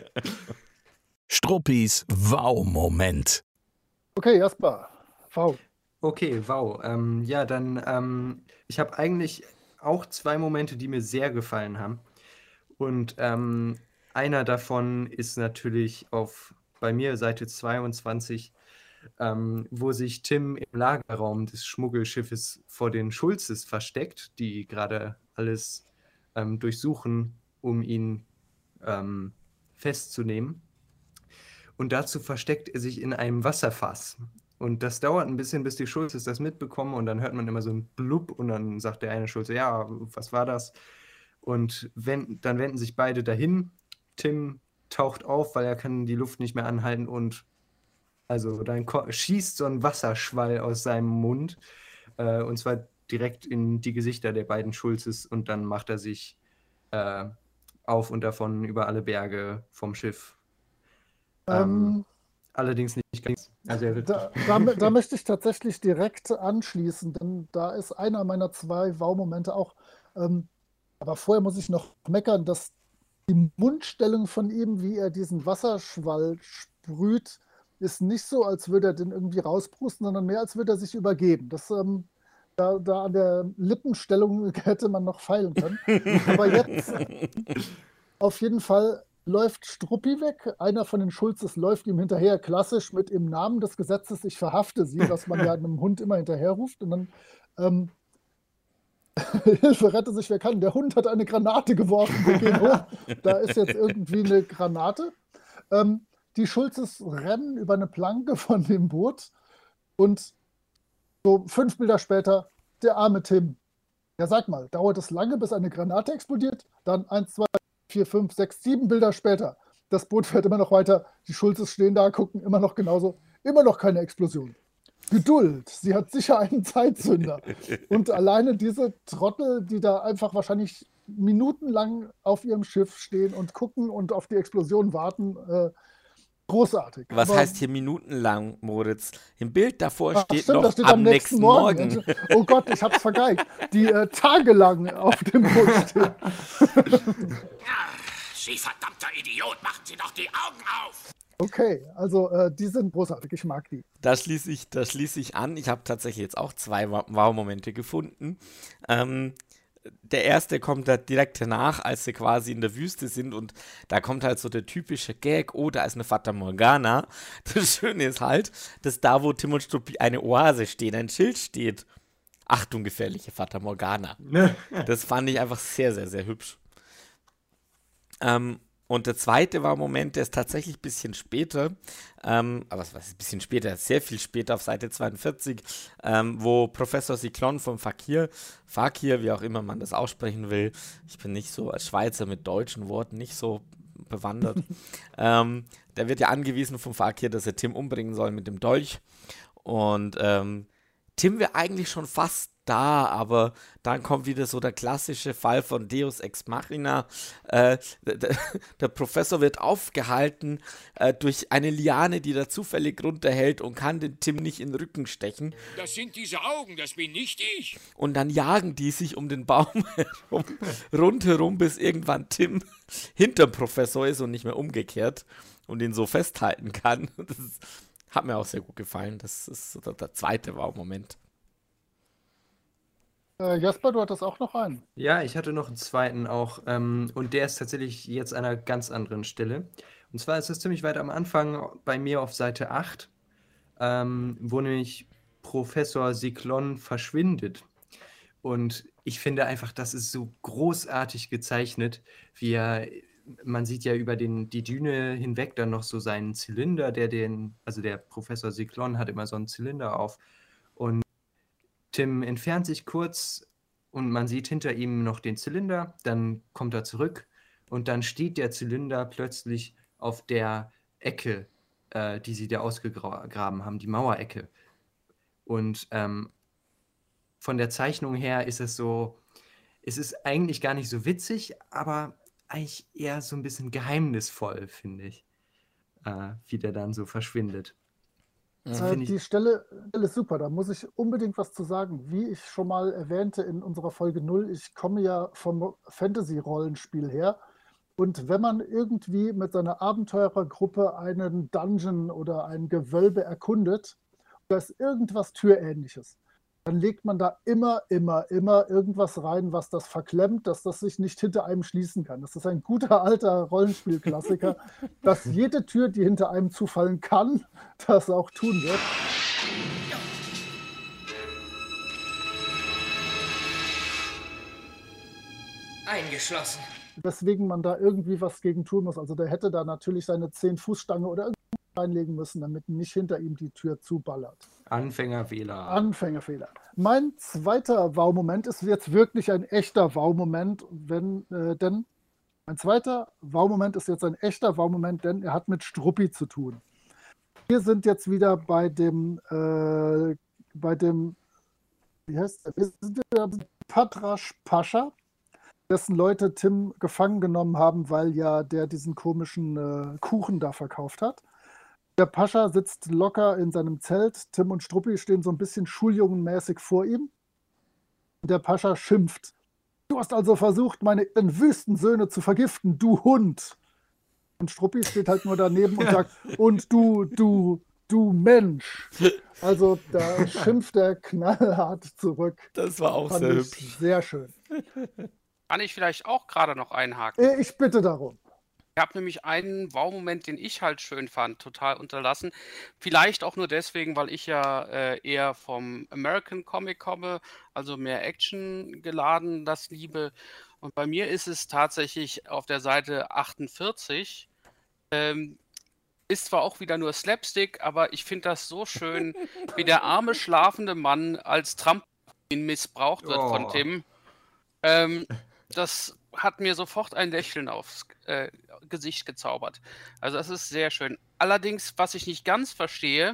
Struppis Wow-Moment. Okay, Jasper. V. Okay, wow. Ja, dann, ich habe eigentlich auch zwei Momente, die mir sehr gefallen haben. Und einer davon ist natürlich bei mir Seite 22, wo sich Tim im Lagerraum des Schmuggelschiffes vor den Schulzes versteckt, die gerade alles durchsuchen, um ihn festzunehmen. Und dazu versteckt er sich in einem Wasserfass. Und das dauert ein bisschen, bis die Schulzes das mitbekommen. Und dann hört man immer so ein Blub. Und dann sagt der eine Schulze, ja, was war das? Und dann wenden sich beide dahin. Tim taucht auf, weil er kann die Luft nicht mehr anhalten. Und also dann schießt so ein Wasserschwall aus seinem Mund. Und zwar direkt in die Gesichter der beiden Schulzes. Und dann macht er sich auf und davon über alle Berge vom Schiff. Allerdings nicht ganz. Also er wird Da möchte ich tatsächlich direkt anschließen, denn da ist einer meiner zwei Wow-Momente auch. Aber vorher muss ich noch meckern, dass die Mundstellung von ihm, wie er diesen Wasserschwall sprüht, ist nicht so, als würde er den irgendwie rausprusten, sondern mehr, als würde er sich übergeben. Das, da an der Lippenstellung hätte man noch feilen können. Aber jetzt auf jeden Fall läuft Struppi weg. Einer von den Schulzes läuft ihm hinterher, klassisch mit im Namen des Gesetzes, ich verhafte sie, was man ja einem Hund immer hinterher ruft. Und dann Hilfe, rette sich, wer kann. Der Hund hat eine Granate geworfen. Wir gehen hoch. Da ist jetzt irgendwie eine Granate. Die Schulzes rennen über eine Planke von dem Boot und so 5 Bilder später, der arme Tim. Ja, sag mal, dauert es lange, bis eine Granate explodiert? Dann 1, 2, 4, 5, 6, 7 Bilder später. Das Boot fährt immer noch weiter. Die Schulzes stehen da, gucken immer noch genauso. Immer noch keine Explosion. Geduld, sie hat sicher einen Zeitzünder. Und alleine diese Trottel, die da einfach wahrscheinlich minutenlang auf ihrem Schiff stehen und gucken und auf die Explosion warten, großartig. Was Aber, heißt hier minutenlang, Moritz? Im Bild davor steht stimmt, noch das steht am nächsten Morgen. Oh Gott, ich hab's vergeigt. Die tagelang auf dem Boot stehen. Sie verdammter Idiot, machen Sie doch die Augen auf! Okay, also die sind großartig, ich mag die. Da schließe ich an. Ich habe tatsächlich jetzt auch 2 Wow-Momente gefunden. Der erste kommt da direkt danach, als sie quasi in der Wüste sind und da kommt halt so der typische Gag, oh, da ist eine Fata Morgana. Das Schöne ist halt, dass da, wo Tim und Struppi eine Oase stehen, ein Schild steht. Achtung, gefährliche Fata Morgana. Das fand ich einfach sehr, sehr, sehr hübsch. Und der zweite war Moment, der ist tatsächlich ein bisschen später, aber was ist ein bisschen später, sehr viel später auf Seite 42, wo Professor Cyclone vom Fakir, wie auch immer man das aussprechen will, ich bin nicht so als Schweizer mit deutschen Worten nicht so bewandert, der wird ja angewiesen vom Fakir, dass er Tim umbringen soll mit dem Dolch und Tim wäre eigentlich schon fast da, aber dann kommt wieder so der klassische Fall von Deus Ex Machina. Der Professor wird aufgehalten durch eine Liane, die da zufällig runterhält und kann den Tim nicht in den Rücken stechen. Das sind diese Augen, das bin nicht ich. Und dann jagen die sich um den Baum herum, rundherum, bis irgendwann Tim hinterm Professor ist und nicht mehr umgekehrt und ihn so festhalten kann. Hat mir auch sehr gut gefallen. Das ist so der zweite Wow-Moment. Jasper, du hattest auch noch einen. Ja, ich hatte noch einen zweiten auch. Und der ist tatsächlich jetzt an einer ganz anderen Stelle. Und zwar ist es ziemlich weit am Anfang bei mir auf Seite 8, wo nämlich Professor Cyclone verschwindet. Und ich finde einfach, das ist so großartig gezeichnet, wie man sieht ja über die Düne hinweg dann noch so seinen Zylinder, also der Professor Cyclone hat immer so einen Zylinder auf. Und Tim entfernt sich kurz und man sieht hinter ihm noch den Zylinder, dann kommt er zurück und dann steht der Zylinder plötzlich auf der Ecke, die sie da ausgegraben haben, die Mauerecke. Und von der Zeichnung her ist es so, es ist eigentlich gar nicht so witzig, aber eigentlich eher so ein bisschen geheimnisvoll, finde ich, wie der dann so verschwindet. Die Stelle ist super, da muss ich unbedingt was zu sagen. Wie ich schon mal erwähnte in unserer Folge 0, ich komme ja vom Fantasy-Rollenspiel her. Und wenn man irgendwie mit seiner Abenteurergruppe einen Dungeon oder ein Gewölbe erkundet, da ist irgendwas Türähnliches, dann legt man da immer irgendwas rein, was das verklemmt, dass das sich nicht hinter einem schließen kann. Das ist ein guter alter Rollenspielklassiker, dass jede Tür, die hinter einem zufallen kann, das auch tun wird. Eingeschlossen. Weswegen man da irgendwie was gegen tun muss. Also der hätte da natürlich seine 10-Fuß-Stange oder irgendwas reinlegen müssen, damit nicht hinter ihm die Tür zuballert. Anfängerfehler. Mein zweiter Wow-Moment ist jetzt wirklich ein echter Wow-Moment, denn mein zweiter Wow-Moment ist jetzt ein echter Wow-Moment, denn er hat mit Struppi zu tun. Wir sind jetzt wieder bei dem, wie heißt der? Wir sind wieder bei Patrasch Pascha, dessen Leute Tim gefangen genommen haben, weil ja der diesen komischen Kuchen da verkauft hat. Der Pascha sitzt locker in seinem Zelt. Tim und Struppi stehen so ein bisschen schuljungenmäßig vor ihm. Der Pascha schimpft. Du hast also versucht, meine Wüstensöhne zu vergiften, du Hund. Und Struppi steht halt nur daneben und sagt, und du du Mensch. Also da schimpft er knallhart zurück. Das war auch Fand sehr ich hübsch. sehr schön. Kann ich vielleicht auch gerade noch einhaken? Ich bitte darum. Ich habe nämlich einen Wow-Moment, den ich halt schön fand, total unterlassen. Vielleicht auch nur deswegen, weil ich ja eher vom American Comic komme, also mehr Action geladen, das liebe. Und bei mir ist es tatsächlich auf der Seite 48. Ist zwar auch wieder nur Slapstick, aber ich finde das so schön, wie der arme schlafende Mann als Trampolin missbraucht wird von Oh. Tim. Das hat mir sofort ein Lächeln aufs Gesicht gezaubert. Also das ist sehr schön. Allerdings, was ich nicht ganz verstehe,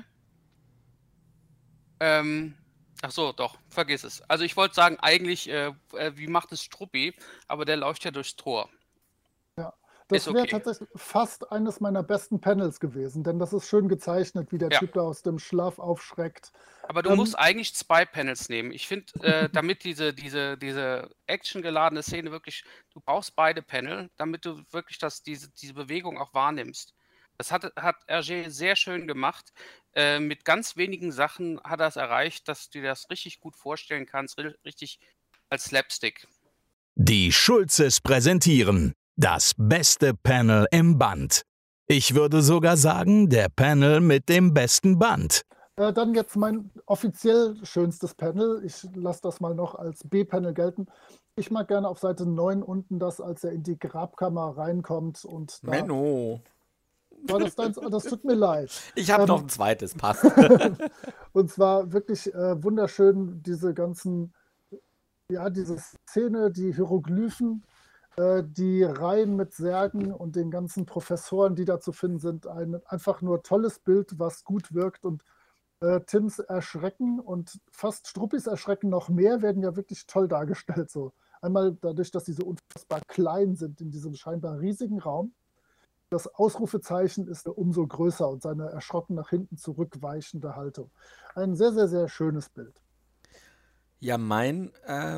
ach so, doch, vergiss es. Also ich wollte sagen, eigentlich, wie macht es Struppi, aber der läuft ja durchs Tor. Ja, das Ist wäre okay. tatsächlich fast eines meiner besten Panels gewesen, denn das ist schön gezeichnet, wie der Ja. Typ da aus dem Schlaf aufschreckt. Aber du musst eigentlich 2 Panels nehmen. Ich finde, damit diese actiongeladene Szene wirklich, du brauchst beide Panel, damit du wirklich diese Bewegung auch wahrnimmst. Das hat Hergé sehr schön gemacht. Mit ganz wenigen Sachen hat er es erreicht, dass du dir das richtig gut vorstellen kannst, richtig als Slapstick. Die Schulzes präsentieren das beste Panel im Band. Ich würde sogar sagen, der Panel mit dem besten Band. Dann jetzt mein offiziell schönstes Panel. Ich lasse das mal noch als B-Panel gelten. Ich mag gerne auf Seite 9 unten das, als er in die Grabkammer reinkommt und da. Menno. War das deins? Das tut mir leid. Ich habe noch ein zweites, passt. Und zwar wirklich wunderschön diese ganzen, ja, diese Szene, die Hieroglyphen, die Reihen mit Särgen und den ganzen Professoren, die da zu finden sind. Ein einfach nur tolles Bild, was gut wirkt. Und Tims Erschrecken und fast Struppis Erschrecken noch mehr werden ja wirklich toll dargestellt. So. Einmal dadurch, dass sie so unfassbar klein sind in diesem scheinbar riesigen Raum. Das Ausrufezeichen ist umso größer und seine erschrocken nach hinten zurückweichende Haltung. Ein sehr, sehr, sehr schönes Bild. Ja, mein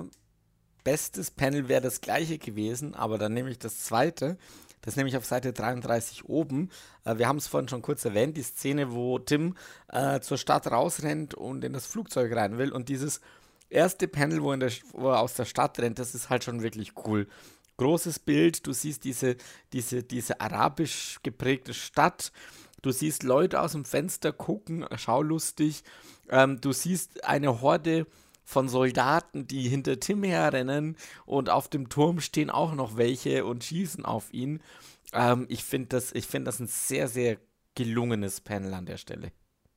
bestes Panel wäre das gleiche gewesen, aber dann nehme ich das zweite. Das ist nämlich auf Seite 33 oben. Wir haben es vorhin schon kurz erwähnt, die Szene, wo Tim zur Stadt rausrennt und in das Flugzeug rein will. Und dieses erste Panel, wo er aus der Stadt rennt, das ist halt schon wirklich cool. Großes Bild, du siehst diese arabisch geprägte Stadt. Du siehst Leute aus dem Fenster gucken, schaulustig. Du siehst eine Horde von Soldaten, die hinter Tim herrennen und auf dem Turm stehen auch noch welche und schießen auf ihn. Ich finde das ein sehr, sehr gelungenes Panel an der Stelle.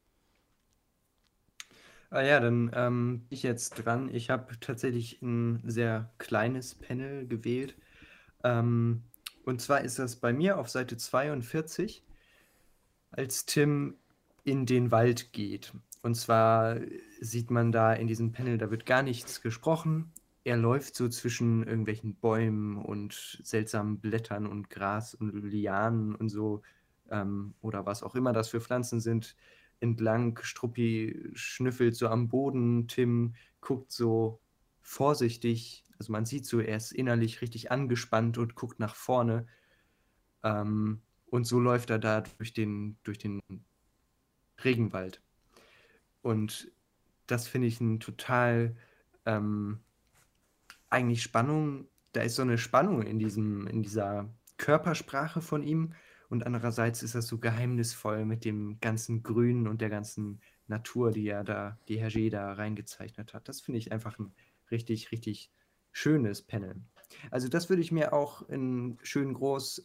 Ah ja, dann bin ich jetzt dran. Ich habe tatsächlich ein sehr kleines Panel gewählt. Und zwar ist das bei mir auf Seite 42, als Tim in den Wald geht. Und zwar sieht man da in diesem Panel, da wird gar nichts gesprochen. Er läuft so zwischen irgendwelchen Bäumen und seltsamen Blättern und Gras und Lianen und so, oder was auch immer das für Pflanzen sind, entlang. Struppi schnüffelt so am Boden, Tim guckt so vorsichtig, also man sieht so, er ist innerlich richtig angespannt und guckt nach vorne. Und so läuft er da durch den Regenwald. Und das finde ich ein total eigentlich Spannung, da ist so eine Spannung in dieser Körpersprache von ihm und andererseits ist das so geheimnisvoll mit dem ganzen Grün und der ganzen Natur, die Hergé da reingezeichnet hat. Das finde ich einfach ein richtig, richtig schönes Panel. Also das würde ich mir auch in schön groß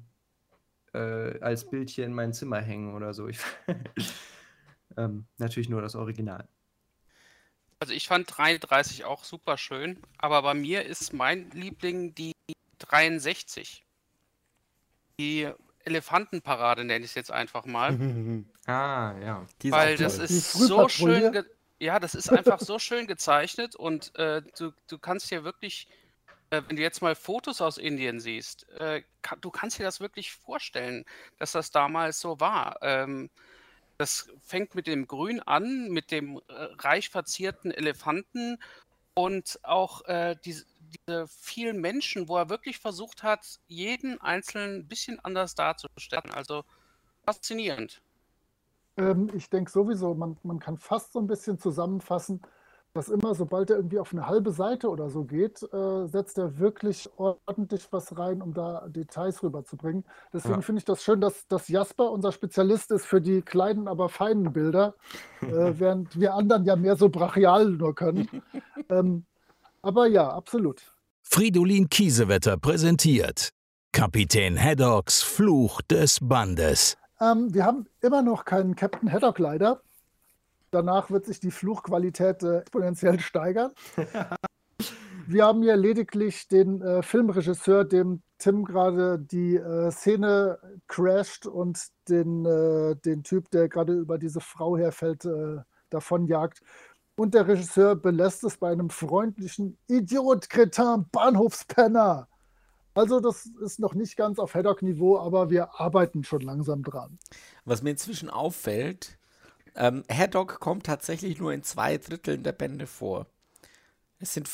als Bild hier in mein Zimmer hängen oder so. Natürlich nur das Original. Also ich fand 33 auch super schön, aber bei mir ist mein Liebling die 63. Die Elefantenparade nenne ich es jetzt einfach mal. Ah, ja. Weil das Die ist so Frühpatrouille. schön, ja, das ist einfach so schön gezeichnet und du kannst hier wirklich, wenn du jetzt mal Fotos aus Indien siehst, du kannst dir das wirklich vorstellen, dass das damals so war. Das fängt mit dem Grün an, mit dem reich verzierten Elefanten und auch diese vielen Menschen, wo er wirklich versucht hat, jeden Einzelnen ein bisschen anders darzustellen. Also faszinierend. Ich denke sowieso, man kann fast so ein bisschen zusammenfassen, dass immer, sobald er irgendwie auf eine halbe Seite oder so geht, setzt er wirklich ordentlich was rein, um da Details rüberzubringen. Deswegen Ja. finde ich das schön, dass Jasper unser Spezialist ist für die kleinen, aber feinen Bilder, während wir anderen ja mehr so brachial nur können. Aber ja, absolut. Fridolin Kiesewetter präsentiert Kapitän Haddocks Fluch des Bandes. Wir haben immer noch keinen Captain Haddock leider. Danach wird sich die Fluchqualität exponentiell steigern. Wir haben hier lediglich den Filmregisseur, dem Tim gerade die Szene crasht und den Typ, der gerade über diese Frau herfällt, davonjagt. Und der Regisseur belässt es bei einem freundlichen Idiot, Kretin, Bahnhofspenner. Also das ist noch nicht ganz auf Haddock-Niveau, aber wir arbeiten schon langsam dran. Was mir inzwischen auffällt, Haddock kommt tatsächlich nur in 2/3 der Bände vor. Es sind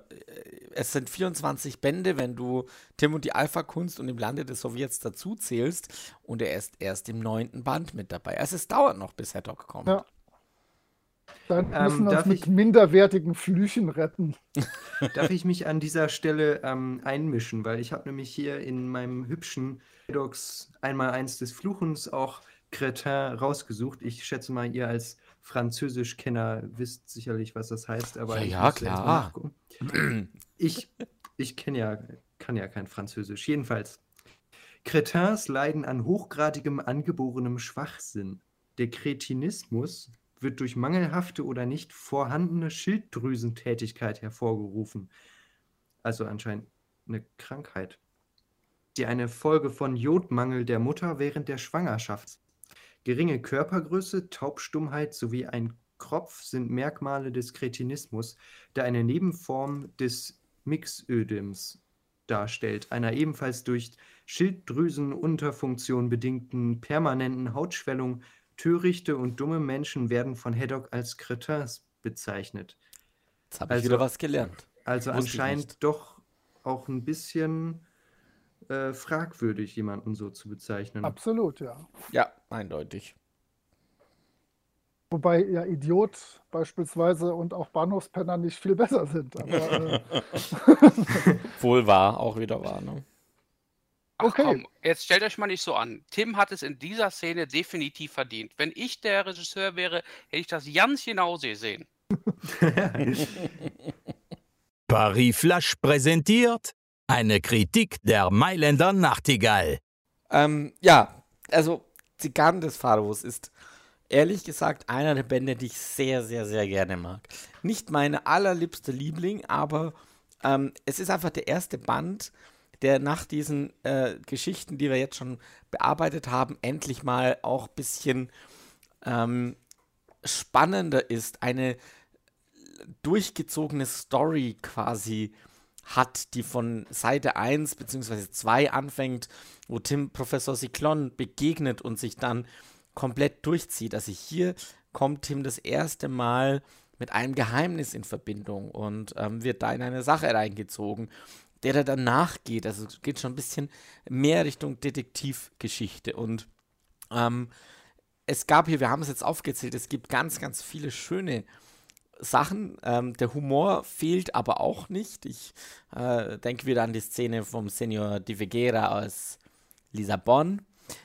24 Bände, wenn du Tim und die Alpha-Kunst und im Lande des Sowjets dazu zählst, und er ist erst im 9. Band mit dabei. Also es dauert noch, bis Haddock kommt. Ja. Dann müssen wir uns darf mit ich- minderwertigen Flüchen retten. Darf ich mich an dieser Stelle einmischen, weil ich habe nämlich hier in meinem hübschen Haddocks 1x1 des Fluchens auch Cretin rausgesucht. Ich schätze mal, ihr als Französischkenner wisst sicherlich, was das heißt, aber ich Ja, musste erst mal klar. nachgucken. Ich kann ja kein Französisch. Jedenfalls, Cretins leiden an hochgradigem angeborenem Schwachsinn. Der Kretinismus wird durch mangelhafte oder nicht vorhandene Schilddrüsentätigkeit hervorgerufen. Also anscheinend eine Krankheit, die eine Folge von Jodmangel der Mutter während der Schwangerschaft. Geringe Körpergröße, Taubstummheit sowie ein Kropf sind Merkmale des Kretinismus, der eine Nebenform des Myxödems darstellt, einer ebenfalls durch Schilddrüsenunterfunktion bedingten permanenten Hautschwellung. Törichte und dumme Menschen werden von Haddock als Cretins bezeichnet. Jetzt habe ich wieder was gelernt. Also Wusste ich anscheinend nicht. doch auch ein bisschen fragwürdig, jemanden so zu bezeichnen. Absolut, ja. Ja, eindeutig. Wobei ja Idiot beispielsweise und auch Bahnhofspenner nicht viel besser sind. Aber, Wohl wahr, auch wieder wahr. Ne? Ach Okay. komm, jetzt stellt euch mal nicht so an. Tim hat es in dieser Szene definitiv verdient. Wenn ich der Regisseur wäre, hätte ich das ganz genau gesehen. Paris Flash präsentiert eine Kritik der Mailänder Nachtigall. Ja, also Zigarren des Pharaos ist ehrlich gesagt einer der Bände, die ich sehr, sehr, sehr gerne mag. Nicht meine allerliebste Liebling, aber es ist einfach der erste Band, der nach diesen Geschichten, die wir jetzt schon bearbeitet haben, endlich mal auch ein bisschen spannender ist. Eine durchgezogene Story quasi hat, die von Seite 1 bzw. 2 anfängt, wo Tim Professor Cyclone begegnet und sich dann komplett durchzieht. Also hier kommt Tim das erste Mal mit einem Geheimnis in Verbindung und wird da in eine Sache reingezogen, der dann nachgeht. Also es geht schon ein bisschen mehr Richtung Detektivgeschichte. Und es gab hier, wir haben es jetzt aufgezählt, es gibt ganz, ganz viele schöne Sachen. Der Humor fehlt aber auch nicht. Ich denke wieder an die Szene vom Senor de Figuera aus Lissabon.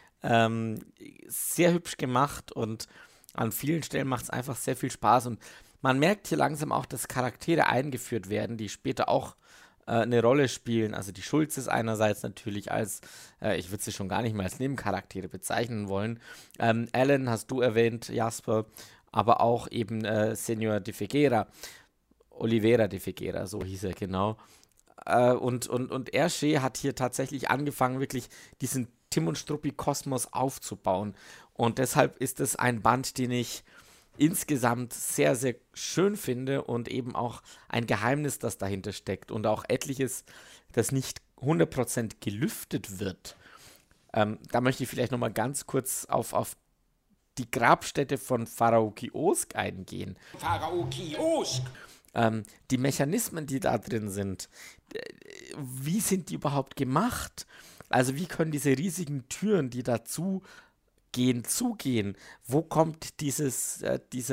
Sehr hübsch gemacht und an vielen Stellen macht es einfach sehr viel Spaß. Und man merkt hier langsam auch, dass Charaktere eingeführt werden, die später auch eine Rolle spielen. Also die Schulzes einerseits natürlich als, ich würde sie schon gar nicht mehr als Nebencharaktere bezeichnen wollen. Alan hast du erwähnt, Jasper, aber auch eben Senor de Figuera, Oliveira de Figuera, so hieß er genau. Und Hergé hat hier tatsächlich angefangen, wirklich diesen Tim und Struppi-Kosmos aufzubauen. Und deshalb ist es ein Band, den ich insgesamt sehr, sehr schön finde und eben auch ein Geheimnis, das dahinter steckt und auch etliches, das nicht 100% gelüftet wird. Da möchte ich vielleicht nochmal ganz kurz auf die Grabstätte von Pharao Kiosk eingehen. Pharao Kiosk. Die Mechanismen, die da drin sind, wie sind die überhaupt gemacht? Also wie können diese riesigen Türen, die dazu zugehen? Wo kommt dieses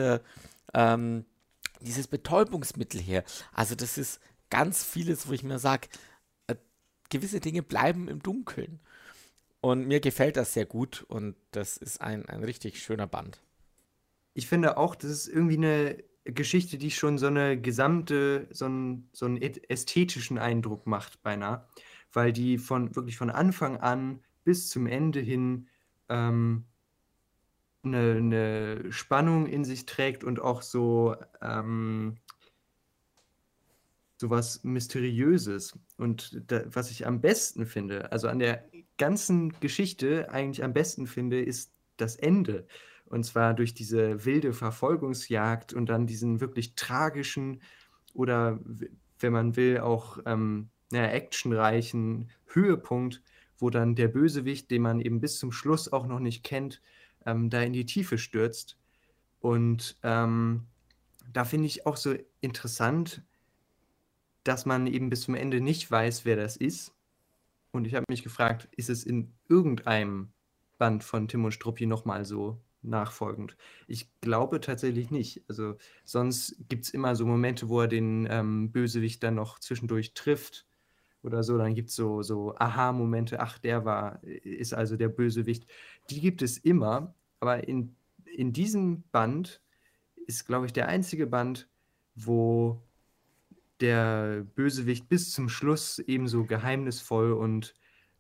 Betäubungsmittel her? Also das ist ganz vieles, wo ich mir sage, gewisse Dinge bleiben im Dunkeln. Und mir gefällt das sehr gut und das ist ein richtig schöner Band. Ich finde auch, das ist irgendwie eine Geschichte, die schon so eine gesamte, so einen ästhetischen Eindruck macht, beinahe. Weil die wirklich von Anfang an bis zum Ende hin eine Spannung in sich trägt und auch so was Mysteriöses. Und was ich am besten finde, also an der ganzen Geschichte eigentlich am besten finde, ist das Ende. Und zwar durch diese wilde Verfolgungsjagd und dann diesen wirklich tragischen oder, wenn man will, auch actionreichen Höhepunkt, wo dann der Bösewicht, den man eben bis zum Schluss auch noch nicht kennt, da in die Tiefe stürzt. Und da finde ich auch so interessant, dass man eben bis zum Ende nicht weiß, wer das ist. Und ich habe mich gefragt, ist es in irgendeinem Band von Tim und Struppi nochmal so nachfolgend? Ich glaube tatsächlich nicht. Also sonst gibt es immer so Momente, wo er den Bösewicht dann noch zwischendurch trifft oder so. Dann gibt es so Aha-Momente, ach, ist also der Bösewicht. Die gibt es immer, aber in diesem Band ist, glaube ich, der einzige Band, wo der Bösewicht bis zum Schluss ebenso geheimnisvoll und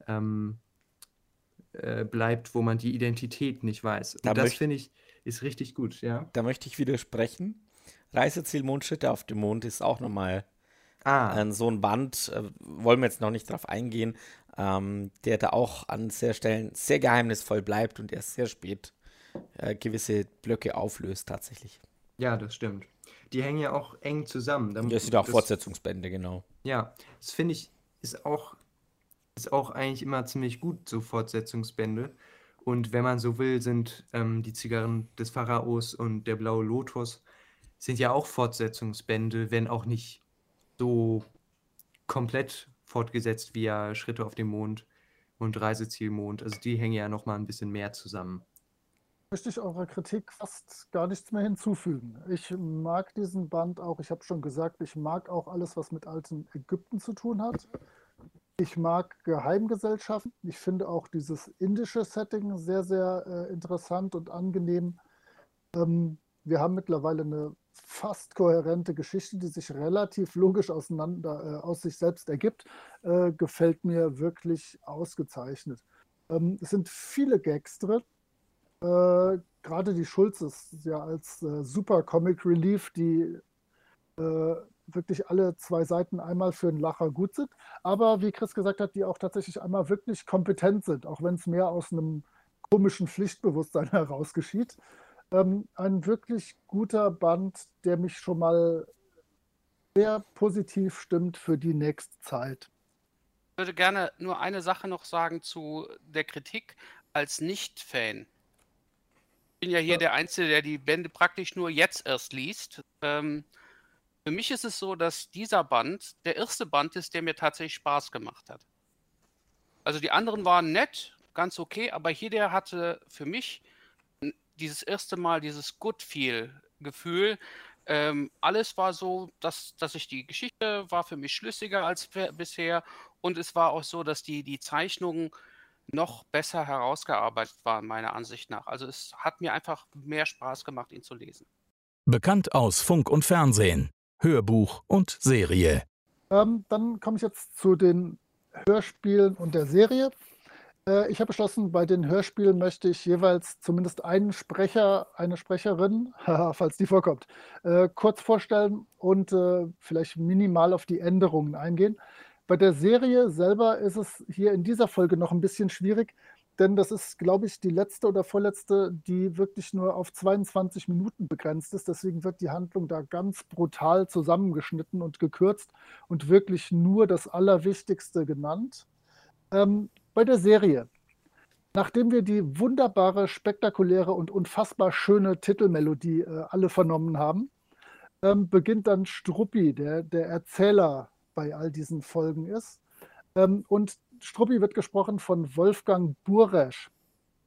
bleibt, wo man die Identität nicht weiß. Und das, finde ich, ist richtig gut, ja. Da möchte ich widersprechen. Reiseziel Mondschritte auf dem Mond ist auch nochmal so ein Band, wollen wir jetzt noch nicht drauf eingehen, der da auch an sehr Stellen sehr geheimnisvoll bleibt und erst sehr spät gewisse Blöcke auflöst tatsächlich. Ja, das stimmt. Die hängen ja auch eng zusammen. Das sind auch Fortsetzungsbände, genau. Ja, das finde ich, ist auch eigentlich immer ziemlich gut, so Fortsetzungsbände. Und wenn man so will, sind die Zigarren des Pharaos und der blaue Lotus sind ja auch Fortsetzungsbände, wenn auch nicht so komplett fortgesetzt wie ja Schritte auf dem Mond und Reiseziel Mond. Also die hängen ja nochmal ein bisschen mehr zusammen. Möchte ich eurer Kritik fast gar nichts mehr hinzufügen. Ich mag diesen Band auch, ich habe schon gesagt, ich mag auch alles, was mit altem Ägypten zu tun hat. Ich mag Geheimgesellschaften. Ich finde auch dieses indische Setting sehr, sehr interessant und angenehm. Wir haben mittlerweile eine fast kohärente Geschichte, die sich relativ logisch aus sich selbst ergibt. Gefällt mir wirklich ausgezeichnet. Es sind viele Gags drin. Gerade die Schulzes ja als super Comic Relief, die wirklich alle zwei Seiten einmal für einen Lacher gut sind, aber wie Chris gesagt hat, die auch tatsächlich einmal wirklich kompetent sind, auch wenn es mehr aus einem komischen Pflichtbewusstsein heraus geschieht. Ein wirklich guter Band, der mich schon mal sehr positiv stimmt für die nächste Zeit. Ich würde gerne nur eine Sache noch sagen zu der Kritik als Nicht-Fan. Ich bin ja hier der Einzige, der die Bände praktisch nur jetzt erst liest. Für mich ist es so, dass dieser Band der erste Band ist, der mir tatsächlich Spaß gemacht hat. Also die anderen waren nett, ganz okay, aber hier der hatte für mich dieses erste Mal dieses Good-Feel-Gefühl. Alles war so, dass die Geschichte war für mich schlüssiger als bisher und es war auch so, dass die Zeichnungen noch besser herausgearbeitet waren, meiner Ansicht nach. Also es hat mir einfach mehr Spaß gemacht, ihn zu lesen. Bekannt aus Funk und Fernsehen, Hörbuch und Serie. Dann komme ich jetzt zu den Hörspielen und der Serie. Ich habe beschlossen, bei den Hörspielen möchte ich jeweils zumindest einen Sprecher, eine Sprecherin, falls die vorkommt, kurz vorstellen und vielleicht minimal auf die Änderungen eingehen. Bei der Serie selber ist es hier in dieser Folge noch ein bisschen schwierig, denn das ist, glaube ich, die letzte oder vorletzte, die wirklich nur auf 22 Minuten begrenzt ist. Deswegen wird die Handlung da ganz brutal zusammengeschnitten und gekürzt und wirklich nur das Allerwichtigste genannt. Bei der Serie, nachdem wir die wunderbare, spektakuläre und unfassbar schöne Titelmelodie alle vernommen haben, beginnt dann Struppi, der Erzähler bei all diesen Folgen ist. Und Struppi wird gesprochen von Wolfgang Buresch.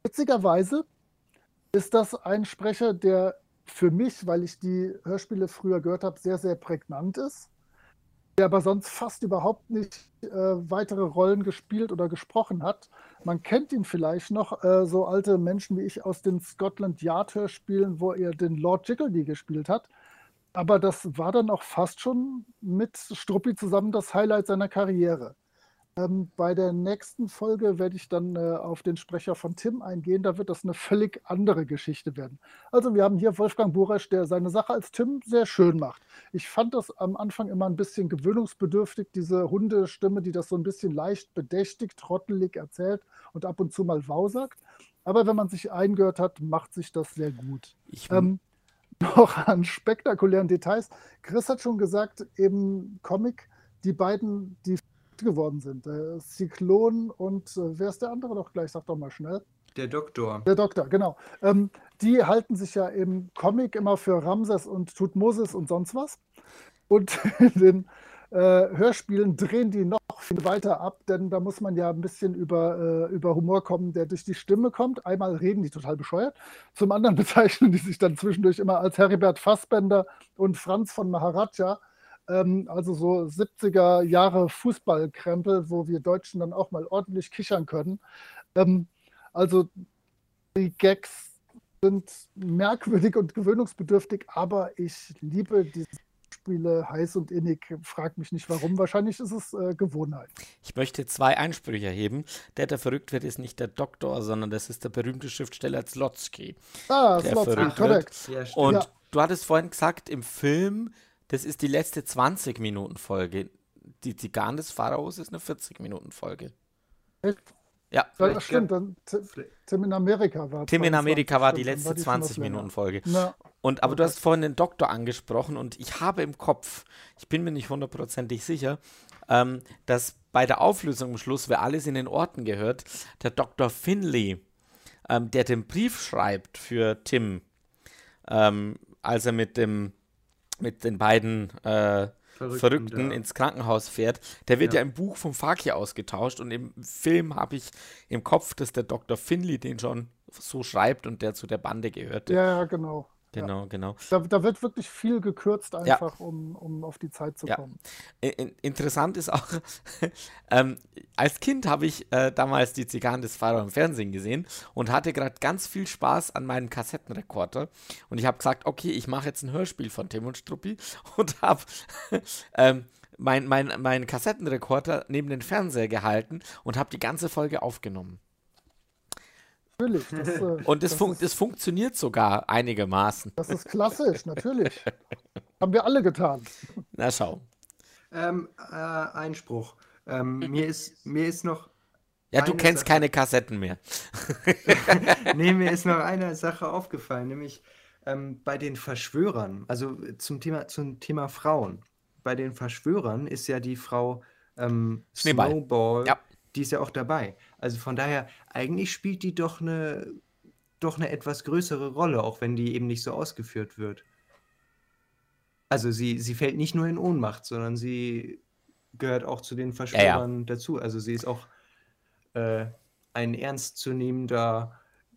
Witzigerweise ist das ein Sprecher, der für mich, weil ich die Hörspiele früher gehört habe, sehr, sehr prägnant ist, der aber sonst fast überhaupt nicht weitere Rollen gespielt oder gesprochen hat. Man kennt ihn vielleicht noch, so alte Menschen wie ich aus den Scotland Yard Hörspielen, wo er den Lord Jiggledy gespielt hat. Aber das war dann auch fast schon mit Struppi zusammen das Highlight seiner Karriere. Bei der nächsten Folge werde ich dann auf den Sprecher von Tim eingehen. Da wird das eine völlig andere Geschichte werden. Also wir haben hier Wolfgang Buresch, der seine Sache als Tim sehr schön macht. Ich fand das am Anfang immer ein bisschen gewöhnungsbedürftig, diese Hundestimme, die das so ein bisschen leicht bedächtig, trottelig erzählt und ab und zu mal wausagt. Aber wenn man sich eingehört hat, macht sich das sehr gut. Noch an spektakulären Details. Chris hat schon gesagt, im Comic, die beiden, die geworden sind. Zyklon und wer ist der andere doch gleich? Sag doch mal schnell. Der Doktor. Der Doktor, genau. Die halten sich ja im Comic immer für Ramses und Tutmosis und sonst was. Und in den Hörspielen drehen die noch viel weiter ab, denn da muss man ja ein bisschen über Humor kommen, der durch die Stimme kommt. Einmal reden die total bescheuert, zum anderen bezeichnen die sich dann zwischendurch immer als Heribert Fassbender und Franz von Maharaja. Also so 70er Jahre Fußballkrempel, wo wir Deutschen dann auch mal ordentlich kichern können. Also die Gags sind merkwürdig und gewöhnungsbedürftig, aber ich liebe diese Spiele heiß und innig. Frag mich nicht warum. Wahrscheinlich ist es Gewohnheit. Ich möchte 2 Einsprüche erheben. Der verrückt wird, ist nicht der Doktor, sondern das ist der berühmte Schriftsteller Zlotsky. Ah, der Zlotsky, verrückt korrekt. wird. Ja, Und Ja. du hattest vorhin gesagt, im Film, das ist die letzte 20-Minuten-Folge. Die Zigarren des Pharaos ist eine 40-Minuten-Folge. Echt? Ja, Ja, das stimmt. Dann Tim in Amerika war Tim in Amerika war die stimmt, dann letzte war die schon was 20-Minuten-Folge. länger. Ja. Aber du hast vorhin den Doktor angesprochen und ich habe im Kopf, ich bin mir nicht hundertprozentig sicher, dass bei der Auflösung am Schluss, wer alles in den Orten gehört, der Dr. Finley, der den Brief schreibt für Tim, als er mit den beiden Verrückten da. ins Krankenhaus fährt, der wird Ja. ja im Buch vom Fakir ausgetauscht und im Film habe ich im Kopf, dass der Dr. Finley den schon so schreibt und der zu der Bande gehörte. Ja, genau. Genau, genau. Da wird wirklich viel gekürzt, einfach um auf die Zeit zu Ja. kommen. Interessant ist auch, als Kind habe ich damals die Zigarren des Pharao im Fernsehen gesehen und hatte gerade ganz viel Spaß an meinem Kassettenrekorder. Und ich habe gesagt, okay, ich mache jetzt ein Hörspiel von Tim und Struppi und habe meinen Kassettenrekorder neben den Fernseher gehalten und habe die ganze Folge aufgenommen. Natürlich. Und das funktioniert sogar einigermaßen. Das ist klassisch, natürlich. Haben wir alle getan. Na schau. Einspruch. Mir ist noch. Ja, du eine kennst Sache- keine Kassetten mehr. Nee, mir ist noch eine Sache aufgefallen, nämlich bei den Verschwörern, also zum Thema Frauen. Bei den Verschwörern ist ja die Frau Schneeball. Snowball, Ja. die ist ja auch dabei. Also von daher, eigentlich spielt die doch eine etwas größere Rolle, auch wenn die eben nicht so ausgeführt wird. Also sie fällt nicht nur in Ohnmacht, sondern sie gehört auch zu den Verschwörern dazu. Also sie ist auch ein ernstzunehmender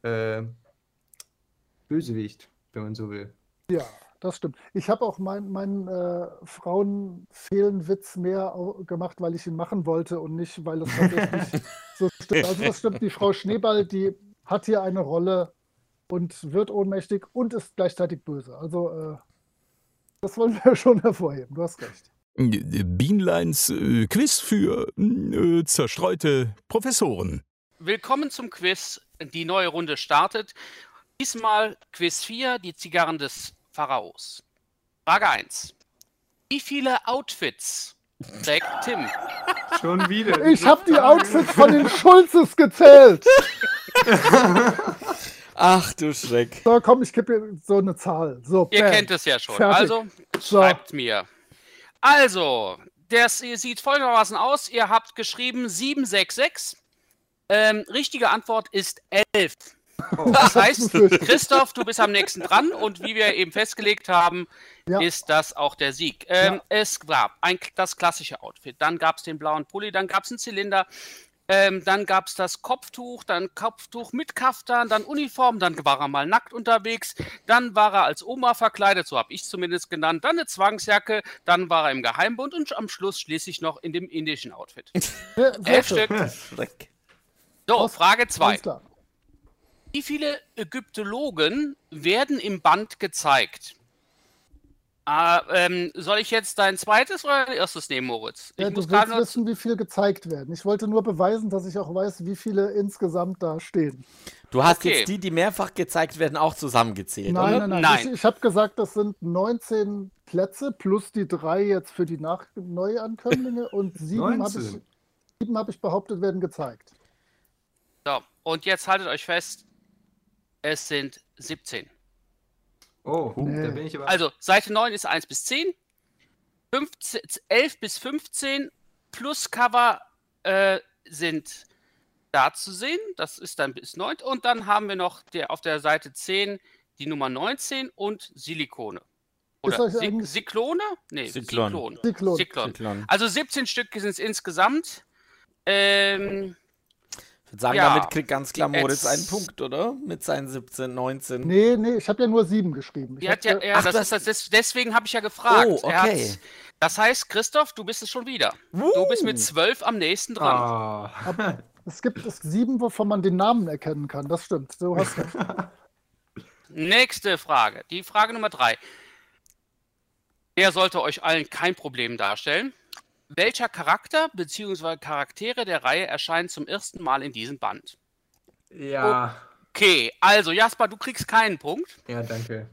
Bösewicht, wenn man so will. Ja, das stimmt. Ich habe auch meinen Frauenfehlen-Witz mehr gemacht, weil ich ihn machen wollte und nicht, weil es tatsächlich so stimmt. Also das stimmt, die Frau Schneeball, die hat hier eine Rolle und wird ohnmächtig und ist gleichzeitig böse. Also das wollen wir schon hervorheben. Du hast recht. Bienleins Quiz für zerstreute Professoren. Willkommen zum Quiz. Die neue Runde startet. Diesmal Quiz 4, die Zigarren des Pharaos. Frage 1. Wie viele Outfits trägt Tim? Schon wieder. Ich habe die Outfits von den Schulzes gezählt. Ach du Schreck. So, komm, ich gebe dir so eine Zahl. So, Ihr bam. kennt es ja schon. Fertig. Also, So. schreibt mir. Also, das sieht folgendermaßen aus. Ihr habt geschrieben 766. Richtige Antwort ist 11. Das heißt, Christoph, du bist am nächsten dran und wie wir eben festgelegt haben, Ja. ist das auch der Sieg. Ja. Es gab das klassische Outfit, dann gab es den blauen Pulli, dann gab es einen Zylinder, Dann gab es das Kopftuch, dann Kopftuch mit Kaftan, dann Uniform, dann war er mal nackt unterwegs, dann war er als Oma verkleidet, so habe ich zumindest genannt, dann eine Zwangsjacke, dann war er im Geheimbund und am Schluss schließlich noch in dem indischen Outfit. Ja, sehr 11 schön. Stück. So, Frage 2. Alles klar. Wie viele Ägyptologen werden im Band gezeigt? Soll ich jetzt dein zweites oder dein erstes nehmen, Moritz? Ja, Ich du muss willst gerade noch wissen, wie viel gezeigt werden. Ich wollte nur beweisen, dass ich auch weiß, wie viele insgesamt da stehen. Du hast Okay. jetzt die mehrfach gezeigt werden, auch zusammengezählt, Nein, oder? nein, nein. Nein. Ich habe gesagt, das sind 19 Plätze plus die 3 jetzt für die Neuankömmlinge und 7 19. hab ich behauptet, werden gezeigt. So, und jetzt haltet euch fest, es sind 17. Oh, Nee. da bin ich aber. Also, Seite 9 ist 1 bis 10, 15, 11 bis 15 plus Cover sind da zu sehen. Das ist dann bis 9. Und dann haben wir noch auf der Seite 10 die Nummer 19 und Silikone. Oder euch eigentlich- Cyclone? Nee, Cyclone. Cyclone. Cyclone. Also 17 Stück sind es insgesamt. Ich würde sagen, Ja. damit kriegt ganz klar Moritz Jetzt- einen Punkt, oder? Mit seinen 17, 19. Nee, ich habe ja nur 7 geschrieben. Ich Die hat hab ja, ja- deswegen habe ich ja gefragt. Oh, okay. Das heißt, Christoph, du bist es schon wieder. Du bist mit 12 am nächsten dran. Ah. Es gibt 7, wovon man den Namen erkennen kann. Das stimmt. Du hast recht. Nächste Frage. Die Frage Nummer 3. Der sollte euch allen kein Problem darstellen. Welcher Charakter bzw. Charaktere der Reihe erscheinen zum ersten Mal in diesem Band? Ja. Okay, also Jasper, du kriegst keinen Punkt. Ja, danke.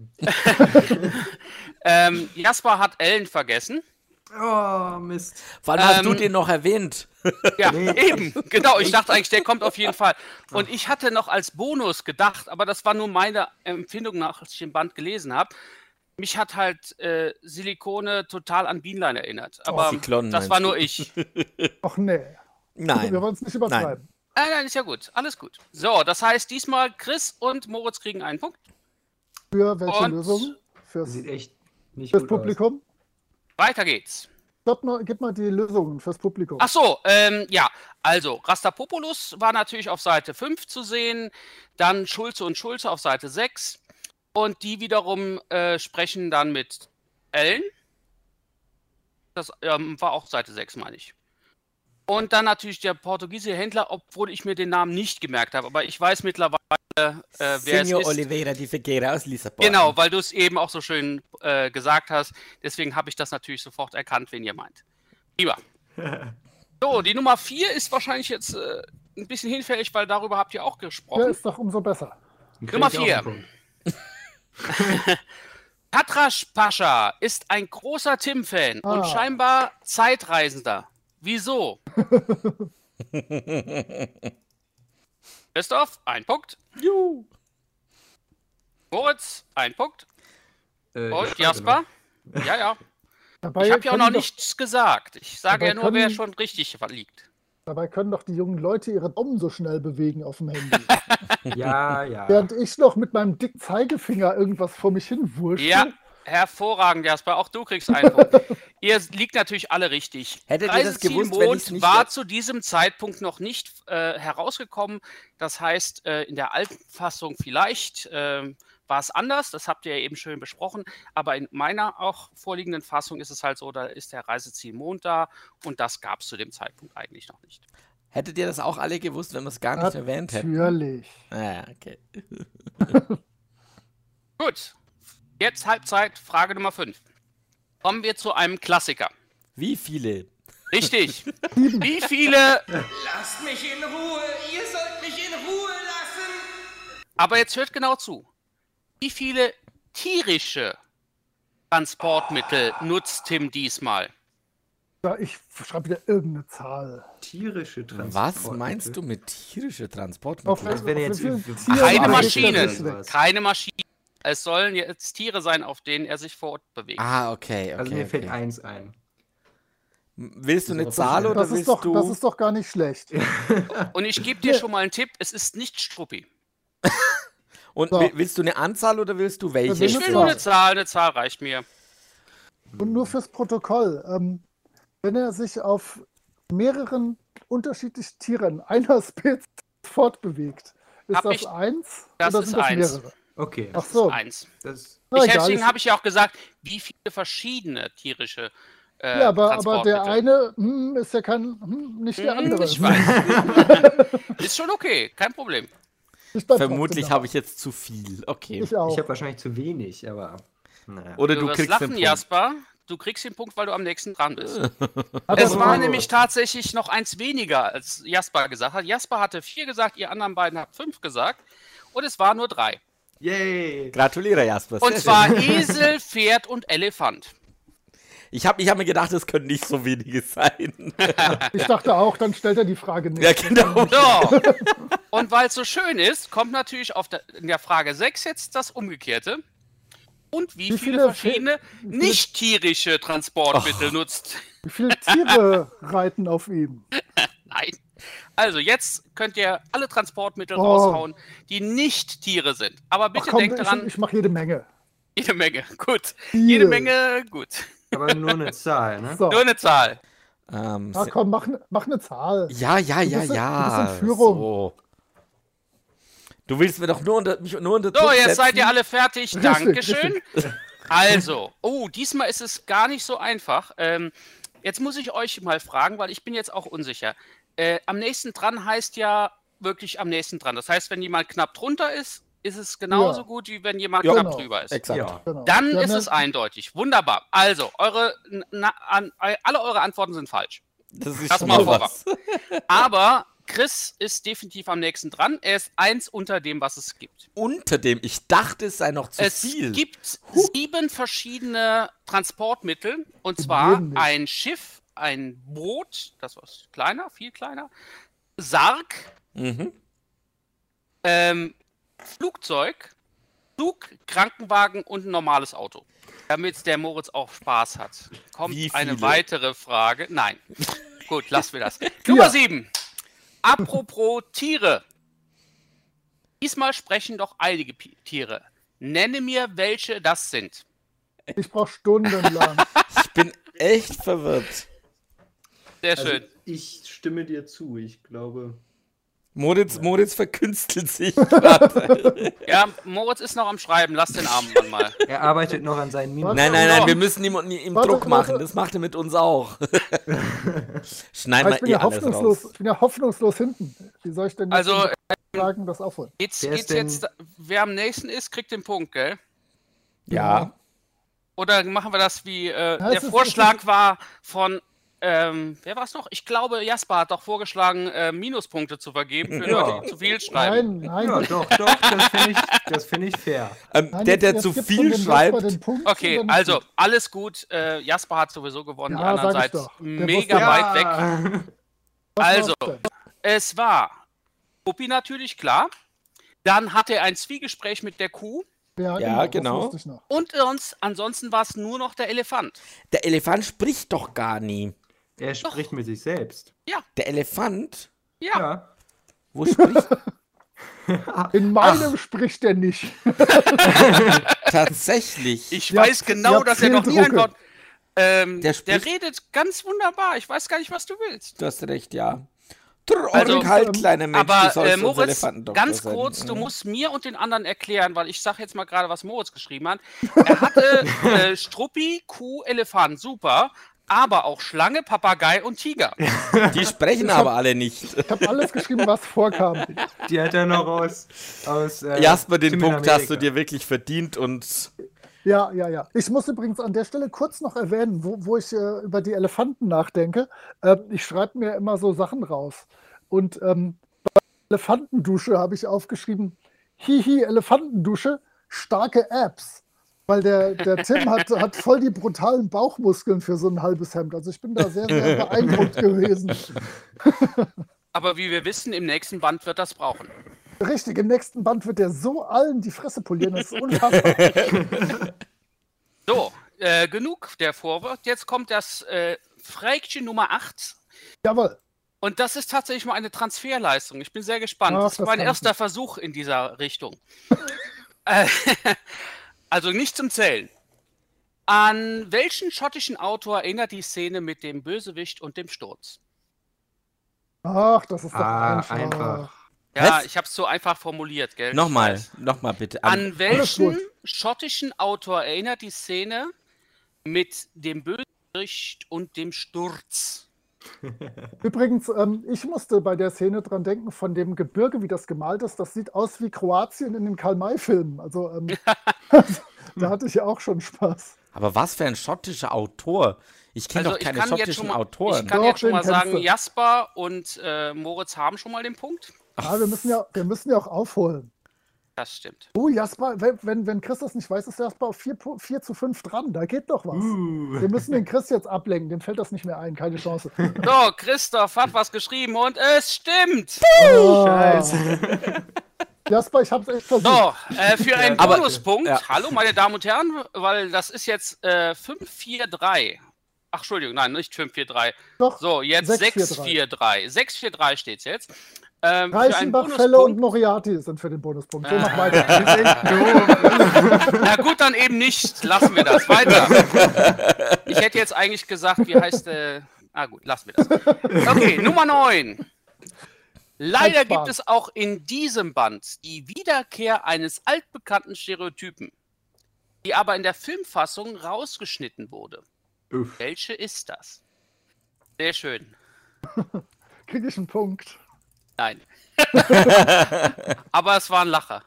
Jasper hat Ellen vergessen. Oh, Mist. Wann hast du den noch erwähnt? Ja, eben. Genau, ich dachte eigentlich, der kommt auf jeden Fall. Und ich hatte noch als Bonus gedacht, aber das war nur meine Empfindung nach, als ich den Band gelesen habe. Mich hat halt Silikone total an Bienlein erinnert. Aber Cyclone das meinst war du? nur ich. Ach nee. Nein. Wir wollen es nicht übertreiben. Nein, ist ja gut. Alles gut. So, das heißt, diesmal Chris und Moritz kriegen einen Punkt. Für welche Und- Lösung? Fürs Sieht echt nicht fürs gut Publikum? Weiter geht's. Gib mal die Lösungen fürs Publikum. Ach so, ja. Also, Rastapopoulos war natürlich auf Seite 5 zu sehen. Dann Schulze und Schulze auf Seite 6. Und die wiederum sprechen dann mit Ellen. Das war auch Seite 6, meine ich. Und dann natürlich der portugiesische Händler, obwohl ich mir den Namen nicht gemerkt habe. Aber ich weiß mittlerweile, wer es Senor ist. Oliveira de Figueira aus Lissabon. Genau, weil du es eben auch so schön gesagt hast. Deswegen habe ich das natürlich sofort erkannt, wen ihr meint. Lieber. So, die Nummer 4 ist wahrscheinlich jetzt ein bisschen hinfällig, weil darüber habt ihr auch Ja, gesprochen. ist doch umso besser. Dann krieg Nummer ich auch 4. einen Punkt. Patrasch Pascha ist ein großer Tim-Fan und Ah. scheinbar Zeitreisender. Wieso? Christoph, ein Punkt. Juhu. Moritz, ein Punkt. Ich Und schreibe Jasper? Ja, ja. Dabei Ich habe ja auch können noch doch- nichts gesagt. Ich sage Dabei ja nur, wer können- schon richtig liegt. Dabei können doch die jungen Leute ihre Daumen so schnell bewegen auf dem Handy. noch. Ja, ja. Während ich noch mit meinem dicken Zeigefinger irgendwas vor mich hin wurschte. Ja, hervorragend, Jasper. Auch du kriegst einen Punkt. Ihr liegt natürlich alle richtig. Hättet ihr das Reiseziel gewusst, wenn Mond ich's nicht war hätte? zu diesem Zeitpunkt noch nicht herausgekommen. Das heißt, in der alten Fassung vielleicht war es anders. Das habt ihr ja eben schön besprochen. Aber in meiner auch vorliegenden Fassung ist es halt so, da ist der Reiseziel Mond da. Und das gab es zu dem Zeitpunkt eigentlich noch nicht. Hättet ihr das auch alle gewusst, wenn wir es gar nicht erwähnt hätten? Natürlich. Ah, okay. Gut. Jetzt Halbzeit, Frage Nummer 5. Kommen wir zu einem Klassiker. Wie viele? Richtig. Wie viele, Lasst mich in Ruhe! Ihr sollt mich in Ruhe lassen! aber jetzt hört genau zu. Wie viele tierische Transportmittel nutzt Tim diesmal? Ja, ich schreibe wieder irgendeine Zahl. Tierische Transporte. Was meinst du mit tierische Transportmittel? Auf Das wäre jetzt wie viel irgendwie- Tiere Keine bewegt er Maschinen. sich weg? Was? Keine Maschinen. Es sollen jetzt Tiere sein, auf denen er sich fortbewegt. Ah, okay, okay. Also mir fällt okay. eins ein. Willst du eine Das Zahl oder Das willst ist, du... das ist doch gar nicht schlecht. Und ich gebe dir schon mal einen Tipp, es ist nicht Struppi. Und So. willst du eine Anzahl oder willst du welche? will Ich eine will nur Zahl. eine Zahl reicht mir. Und nur fürs Protokoll. Wenn er sich auf mehreren unterschiedliche Tiere in einer Spezies fortbewegt. Ist Hab das ich- eins das oder ist sind das eins. mehrere? Okay. Ach so. 1. Das, Na, egal, Deswegen ich- habe ich ja auch gesagt, wie viele verschiedene tierische Ja, aber der Transportmittel. eine ist ja nicht der andere. Ich weiß. Ist schon okay, kein Problem. Ich bleib Vermutlich trotzdem habe ich jetzt zu viel. Okay. dabei. Ich auch. ich habe wahrscheinlich zu wenig, aber naja. Oder Du du wirst kriegst lachen, den Punkt. Jasper. Du kriegst den Punkt, weil du am nächsten dran bist. Hat Es er war so- nämlich tatsächlich noch eins weniger, als Jasper gesagt hat. Jasper hatte 4 gesagt, ihr anderen beiden habt 5 gesagt. Und es war nur 3. Yay! Gratuliere, Jasper. Und Sehr zwar schön. Esel, Pferd und Elefant. Ich hab mir gedacht, es können nicht so wenige sein. Ich dachte auch, dann stellt er die Frage nicht. Ja, genau. So. Und weil es so schön ist, kommt natürlich in der Frage 6 jetzt das Umgekehrte. Und wie Wie viele viele verschiedene nicht tierische Transportmittel nutzt? Wie viele Tiere reiten auf ihm? Nein. Also jetzt könnt ihr alle Transportmittel Oh. raushauen, die nicht Tiere sind. Aber Ach bitte komm, denkt daran, ich mache jede Menge. jede Menge. Gut. Viele. Jede Menge, gut. Aber nur eine Zahl, ne? So. Nur eine Zahl. Ach komm, mach eine Zahl. Ja, bist in ja. Führung. So. Du willst mir doch mich nur unter So, Druck jetzt setzen? seid ihr alle fertig. Richtig, Dankeschön. Also, diesmal ist es gar nicht so einfach. Jetzt muss ich euch mal fragen, weil ich bin jetzt auch unsicher. Am nächsten dran heißt ja wirklich am nächsten dran. Das heißt, wenn jemand knapp drunter ist, ist es genauso Ja. gut, wie wenn jemand Ja, knapp genau. drüber ist. Exakt. Ja. Genau. Dann Wir haben ist ja- es eindeutig. Wunderbar. Also, alle eure Antworten sind falsch. Das ist Lass schon mal mal was. Aber Chris ist definitiv am nächsten dran. Er ist 1 unter dem, was es gibt. Unter dem, ich dachte, es sei noch zu Es viel. gibt 7 verschiedene Transportmittel. Und zwar jedem nicht. ein Schiff, ein Boot, das war kleiner, viel kleiner, Sarg, Mhm. Flugzeug, Zug, Krankenwagen und ein normales Auto. Damit der Moritz auch Spaß hat. Kommt Wie eine viele? weitere Frage. Nein. Gut, lassen wir das. Nummer 7. Apropos Tiere. Diesmal sprechen doch einige Tiere. Nenne mir, welche das sind. Ich brauche stundenlang. Ich bin echt verwirrt. Sehr Also, schön. ich stimme dir zu, ich glaube. Moritz verkünstelt sich gerade. Ja, Moritz ist noch am Schreiben. Lass den armen Mann mal. Er arbeitet noch an seinen Minus. Nein, wir müssen ihm Warte, Druck machen. warte. Das macht er mit uns auch. Schneiden Ich bin wir ja alles hoffnungslos, raus. ich bin ja hoffnungslos hinten. Wie soll ich denn jetzt Also, sagen, das aufholen? geht's Wer ist denn- jetzt, wer am nächsten ist, kriegt den Punkt, gell? Ja. Oder machen wir das wie, der es ist- Vorschlag war von, wer war es noch? Ich glaube, Jasper hat doch vorgeschlagen, Minuspunkte zu vergeben für Ja. Leute, die zu viel schreiben. Nein, Ja, doch, das find ich fair. Nein, Der jetzt zu gibt's viel von dem Jasper schreibt. den Punkt Okay, und dann- also, alles gut. Jasper hat sowieso gewonnen, die Ja, anderen sag ich seid doch. Der mega wusste- weit weg. Was Also, war's denn? es war Puppi natürlich, klar. Dann hatte er ein Zwiegespräch mit der Kuh. Ja, genau. Das wusste ich noch. Und ansonsten war es nur noch der Elefant. Der Elefant spricht doch gar nie. Er spricht mit sich selbst. Der Elefant? Ja, Ja. Wo spricht In meinem spricht er nicht. tatsächlich? ich Ihr weiß habt- genau, ihr habt dass er noch nie Fehldrucke. antwortet. Der Der spricht- redet ganz wunderbar. Ich weiß gar nicht, was du willst. Du hast recht, ja. Traurig Also, halt, kleine Mensch, du Aber sollst unser Moritz, Elefantendoktor ganz sein. kurz, du musst mir und den anderen erklären, weil ich sage jetzt mal gerade, was Moritz geschrieben hat. Er hatte Struppi, Kuh, Elefant, super, aber auch Schlange, Papagei und Tiger. Die sprechen aber alle nicht. Ich habe alles geschrieben, was vorkam. Die hat er noch aus Jasper, den Tim in Punkt hast du Amerika. dir wirklich verdient und Ja. Ich muss übrigens an der Stelle kurz noch erwähnen, wo ich über die Elefanten nachdenke. Ich schreibe mir immer so Sachen raus. Und bei Elefantendusche habe ich aufgeschrieben, hihi, Elefantendusche, starke Abs. Weil der Tim hat voll die brutalen Bauchmuskeln für so ein halbes Hemd. Also ich bin da sehr, sehr beeindruckt gewesen. Aber wie wir wissen, im nächsten Band wird das brauchen. Richtig, im nächsten Band wird der so allen die Fresse polieren. Das ist unfassbar. So, genug der Vorwort. Jetzt kommt das Frägchen Nummer 8. Jawohl. Und das ist tatsächlich mal eine Transferleistung. Ich bin sehr gespannt. Ach, Das ist das mein kann ich erster nicht. Versuch in dieser Richtung. Äh, also nicht zum Zählen. An welchen schottischen Autor erinnert die Szene mit dem Bösewicht und dem Sturz? Ach, das ist doch einfach. Ja, Was? ich habe es so einfach formuliert, gell? Ich Nochmal weiß. bitte. An welchen gut. schottischen Autor erinnert die Szene mit dem Bösewicht und dem Sturz? Übrigens, ich musste bei der Szene dran denken, von dem Gebirge, wie das gemalt ist. Das sieht aus wie Kroatien in den Karl-May-Filmen. Also, da hatte ich ja auch schon Spaß. Aber was für ein schottischer Autor? Ich kenne doch keine schottischen Autoren. Ich kann Doch, jetzt schon den mal kennst sagen, du. Jasper und Moritz haben schon mal den Punkt. Ja, wir müssen ja auch aufholen. Das stimmt. Jasper, wenn Chris das nicht weiß, ist Jasper auf 4:5 dran. Da geht doch was. Wir müssen den Chris jetzt ablenken. Dem fällt das nicht mehr ein. Keine Chance. So, Christoph hat was geschrieben und es stimmt. Scheiße. Jasper, ich hab's echt versucht. So, für einen Aber- Bonuspunkt, ja. hallo meine Damen und Herren, weil das ist jetzt 5-4-3. Ach, Entschuldigung, nein, nicht 5-4-3. Doch, So, jetzt 6-4-3. 6-4-3. 6-4-3 steht's jetzt. Für einen Reichenbach, Felle und Bonuspunkt. Moriarty sind für den Bonuspunkt. So, mach weiter. Das ist echt doof. Na gut, dann eben nicht. Lassen wir das. Weiter. Ich hätte jetzt eigentlich gesagt, wie heißt gut, lassen wir das. Okay, Nummer 9. Leider Halbspan. gibt es auch in diesem Band die Wiederkehr eines altbekannten Stereotypen, die aber in der Filmfassung rausgeschnitten wurde. Uff. Welche ist das? Sehr schön. Krieg ich einen Punkt. Nein. Aber es war ein Lacher.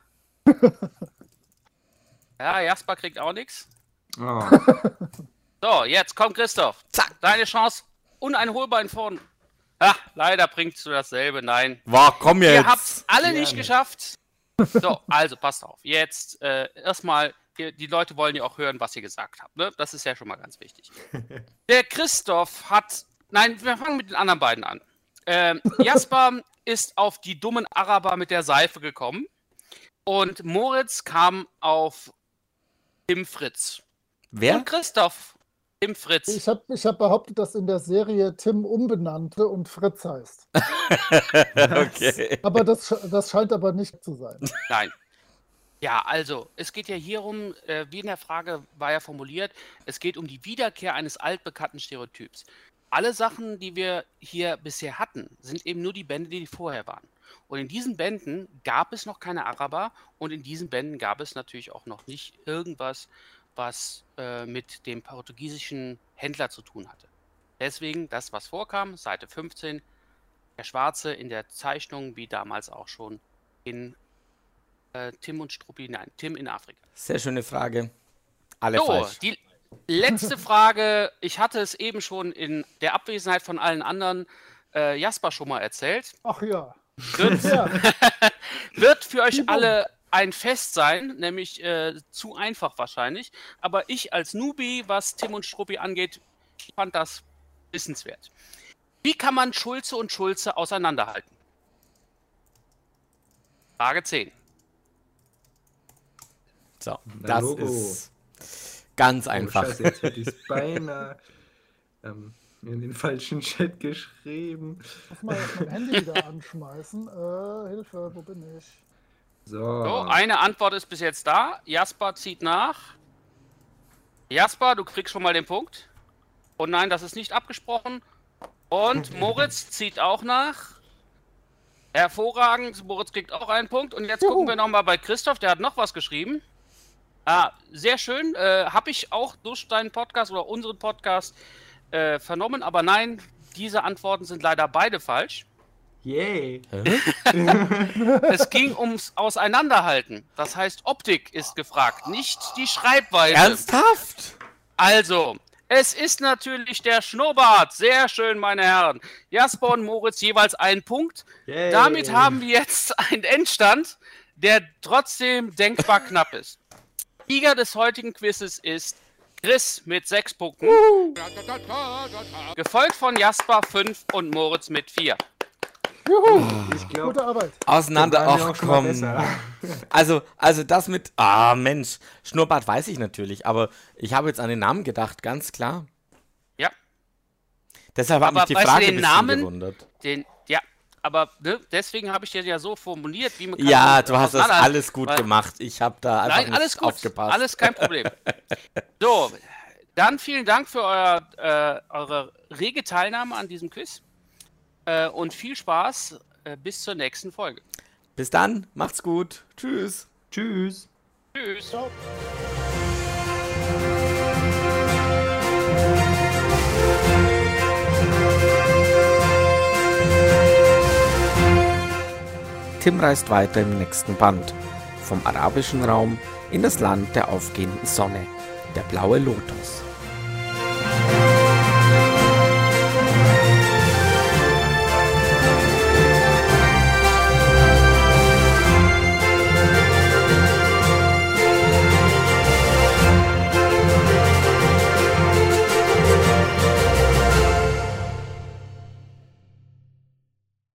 Ja, Jasper kriegt auch nichts. Oh. So, jetzt kommt Christoph. Zack, deine Chance. Uneinholbar in vorn. Leider bringst du dasselbe. Nein. Wow, komm jetzt. Ihr habt alle nicht Gerne. geschafft. So, also passt auf. Jetzt erstmal, die Leute wollen ja auch hören, was ihr gesagt habt. Ne? Das ist ja schon mal ganz wichtig. Der Christoph hat. Nein, wir fangen mit den anderen beiden an. Jasper ist auf die dummen Araber mit der Seife gekommen. Und Moritz kam auf Tim Fritz. Wer? Und Christoph, Tim Fritz. Ich hab behauptet, dass in der Serie Tim umbenannte und Fritz heißt. Okay. Aber das scheint aber nicht zu sein. Nein. Ja, also, es geht ja hier um, wie in der Frage war ja formuliert, es geht um die Wiederkehr eines altbekannten Stereotyps. Alle Sachen, die wir hier bisher hatten, sind eben nur die Bände, die vorher waren. Und in diesen Bänden gab es noch keine Araber und in diesen Bänden gab es natürlich auch noch nicht irgendwas, was mit dem portugiesischen Händler zu tun hatte. Deswegen das, was vorkam, Seite 15, der Schwarze in der Zeichnung, wie damals auch schon in Tim und Struppi, nein, Tim in Afrika. Sehr schöne Frage. Alle So, falsch. die letzte Frage, ich hatte es eben schon in der Abwesenheit von allen anderen Jasper schon mal erzählt. Ach ja. Wird, Ja. wird für euch Übung. alle ein Fest sein, nämlich zu einfach wahrscheinlich. Aber ich als Newbie, was Tim und Struppi angeht, fand das wissenswert. Wie kann man Schulze und Schulze auseinanderhalten? Frage 10. So, Na, das Logo. ist ganz einfach. Oh, Scheiße, jetzt hätte ich es beinahe in den falschen Chat geschrieben. Muss mal erst mein Handy wieder anschmeißen. Hilfe, wo bin ich? So. So, eine Antwort ist bis jetzt da. Jasper zieht nach. Jasper, du kriegst schon mal den Punkt. Oh nein, das ist nicht abgesprochen. Und Moritz zieht auch nach. Hervorragend, Moritz kriegt auch einen Punkt. Und jetzt gucken wir nochmal bei Christoph, der hat noch was geschrieben. Sehr schön. Habe ich auch durch deinen Podcast oder unseren Podcast vernommen. Aber nein, diese Antworten sind leider beide falsch. Yay. Es ging ums Auseinanderhalten. Das heißt, Optik ist gefragt, nicht die Schreibweise. Ernsthaft? Also, es ist natürlich der Schnurrbart. Sehr schön, meine Herren. Jasper und Moritz jeweils einen Punkt. Yay. Damit haben wir jetzt einen Endstand, der trotzdem denkbar knapp ist. Sieger des heutigen Quizzes ist Chris mit 6 Punkten. Gefolgt von Jasper 5 und Moritz mit 4. Juhu, Ich glaube, gute Arbeit. Auseinander, waren wir ach auch schon mal komm. besser. Also das mit, Mensch, Schnurrbart weiß ich natürlich, aber ich habe jetzt an den Namen gedacht, ganz klar. Ja, Deshalb hat Aber mich die weißt du Frage den ein bisschen Namen? gewundert. aber ne, deswegen habe ich dir ja so formuliert, wie man kann. Ja, du hast das auseinander- alles gut weil- gemacht. Ich habe da einfach Nein, nicht alles gut. aufgepasst. Alles kein Problem. So, dann vielen Dank für eure rege Teilnahme an diesem Quiz. und viel Spaß bis zur nächsten Folge. Bis dann, macht's gut. Tschüss. Tschüss. Tschüss. Ciao. Tim reist weiter im nächsten Band. Vom arabischen Raum in das Land der aufgehenden Sonne, der blaue Lotus.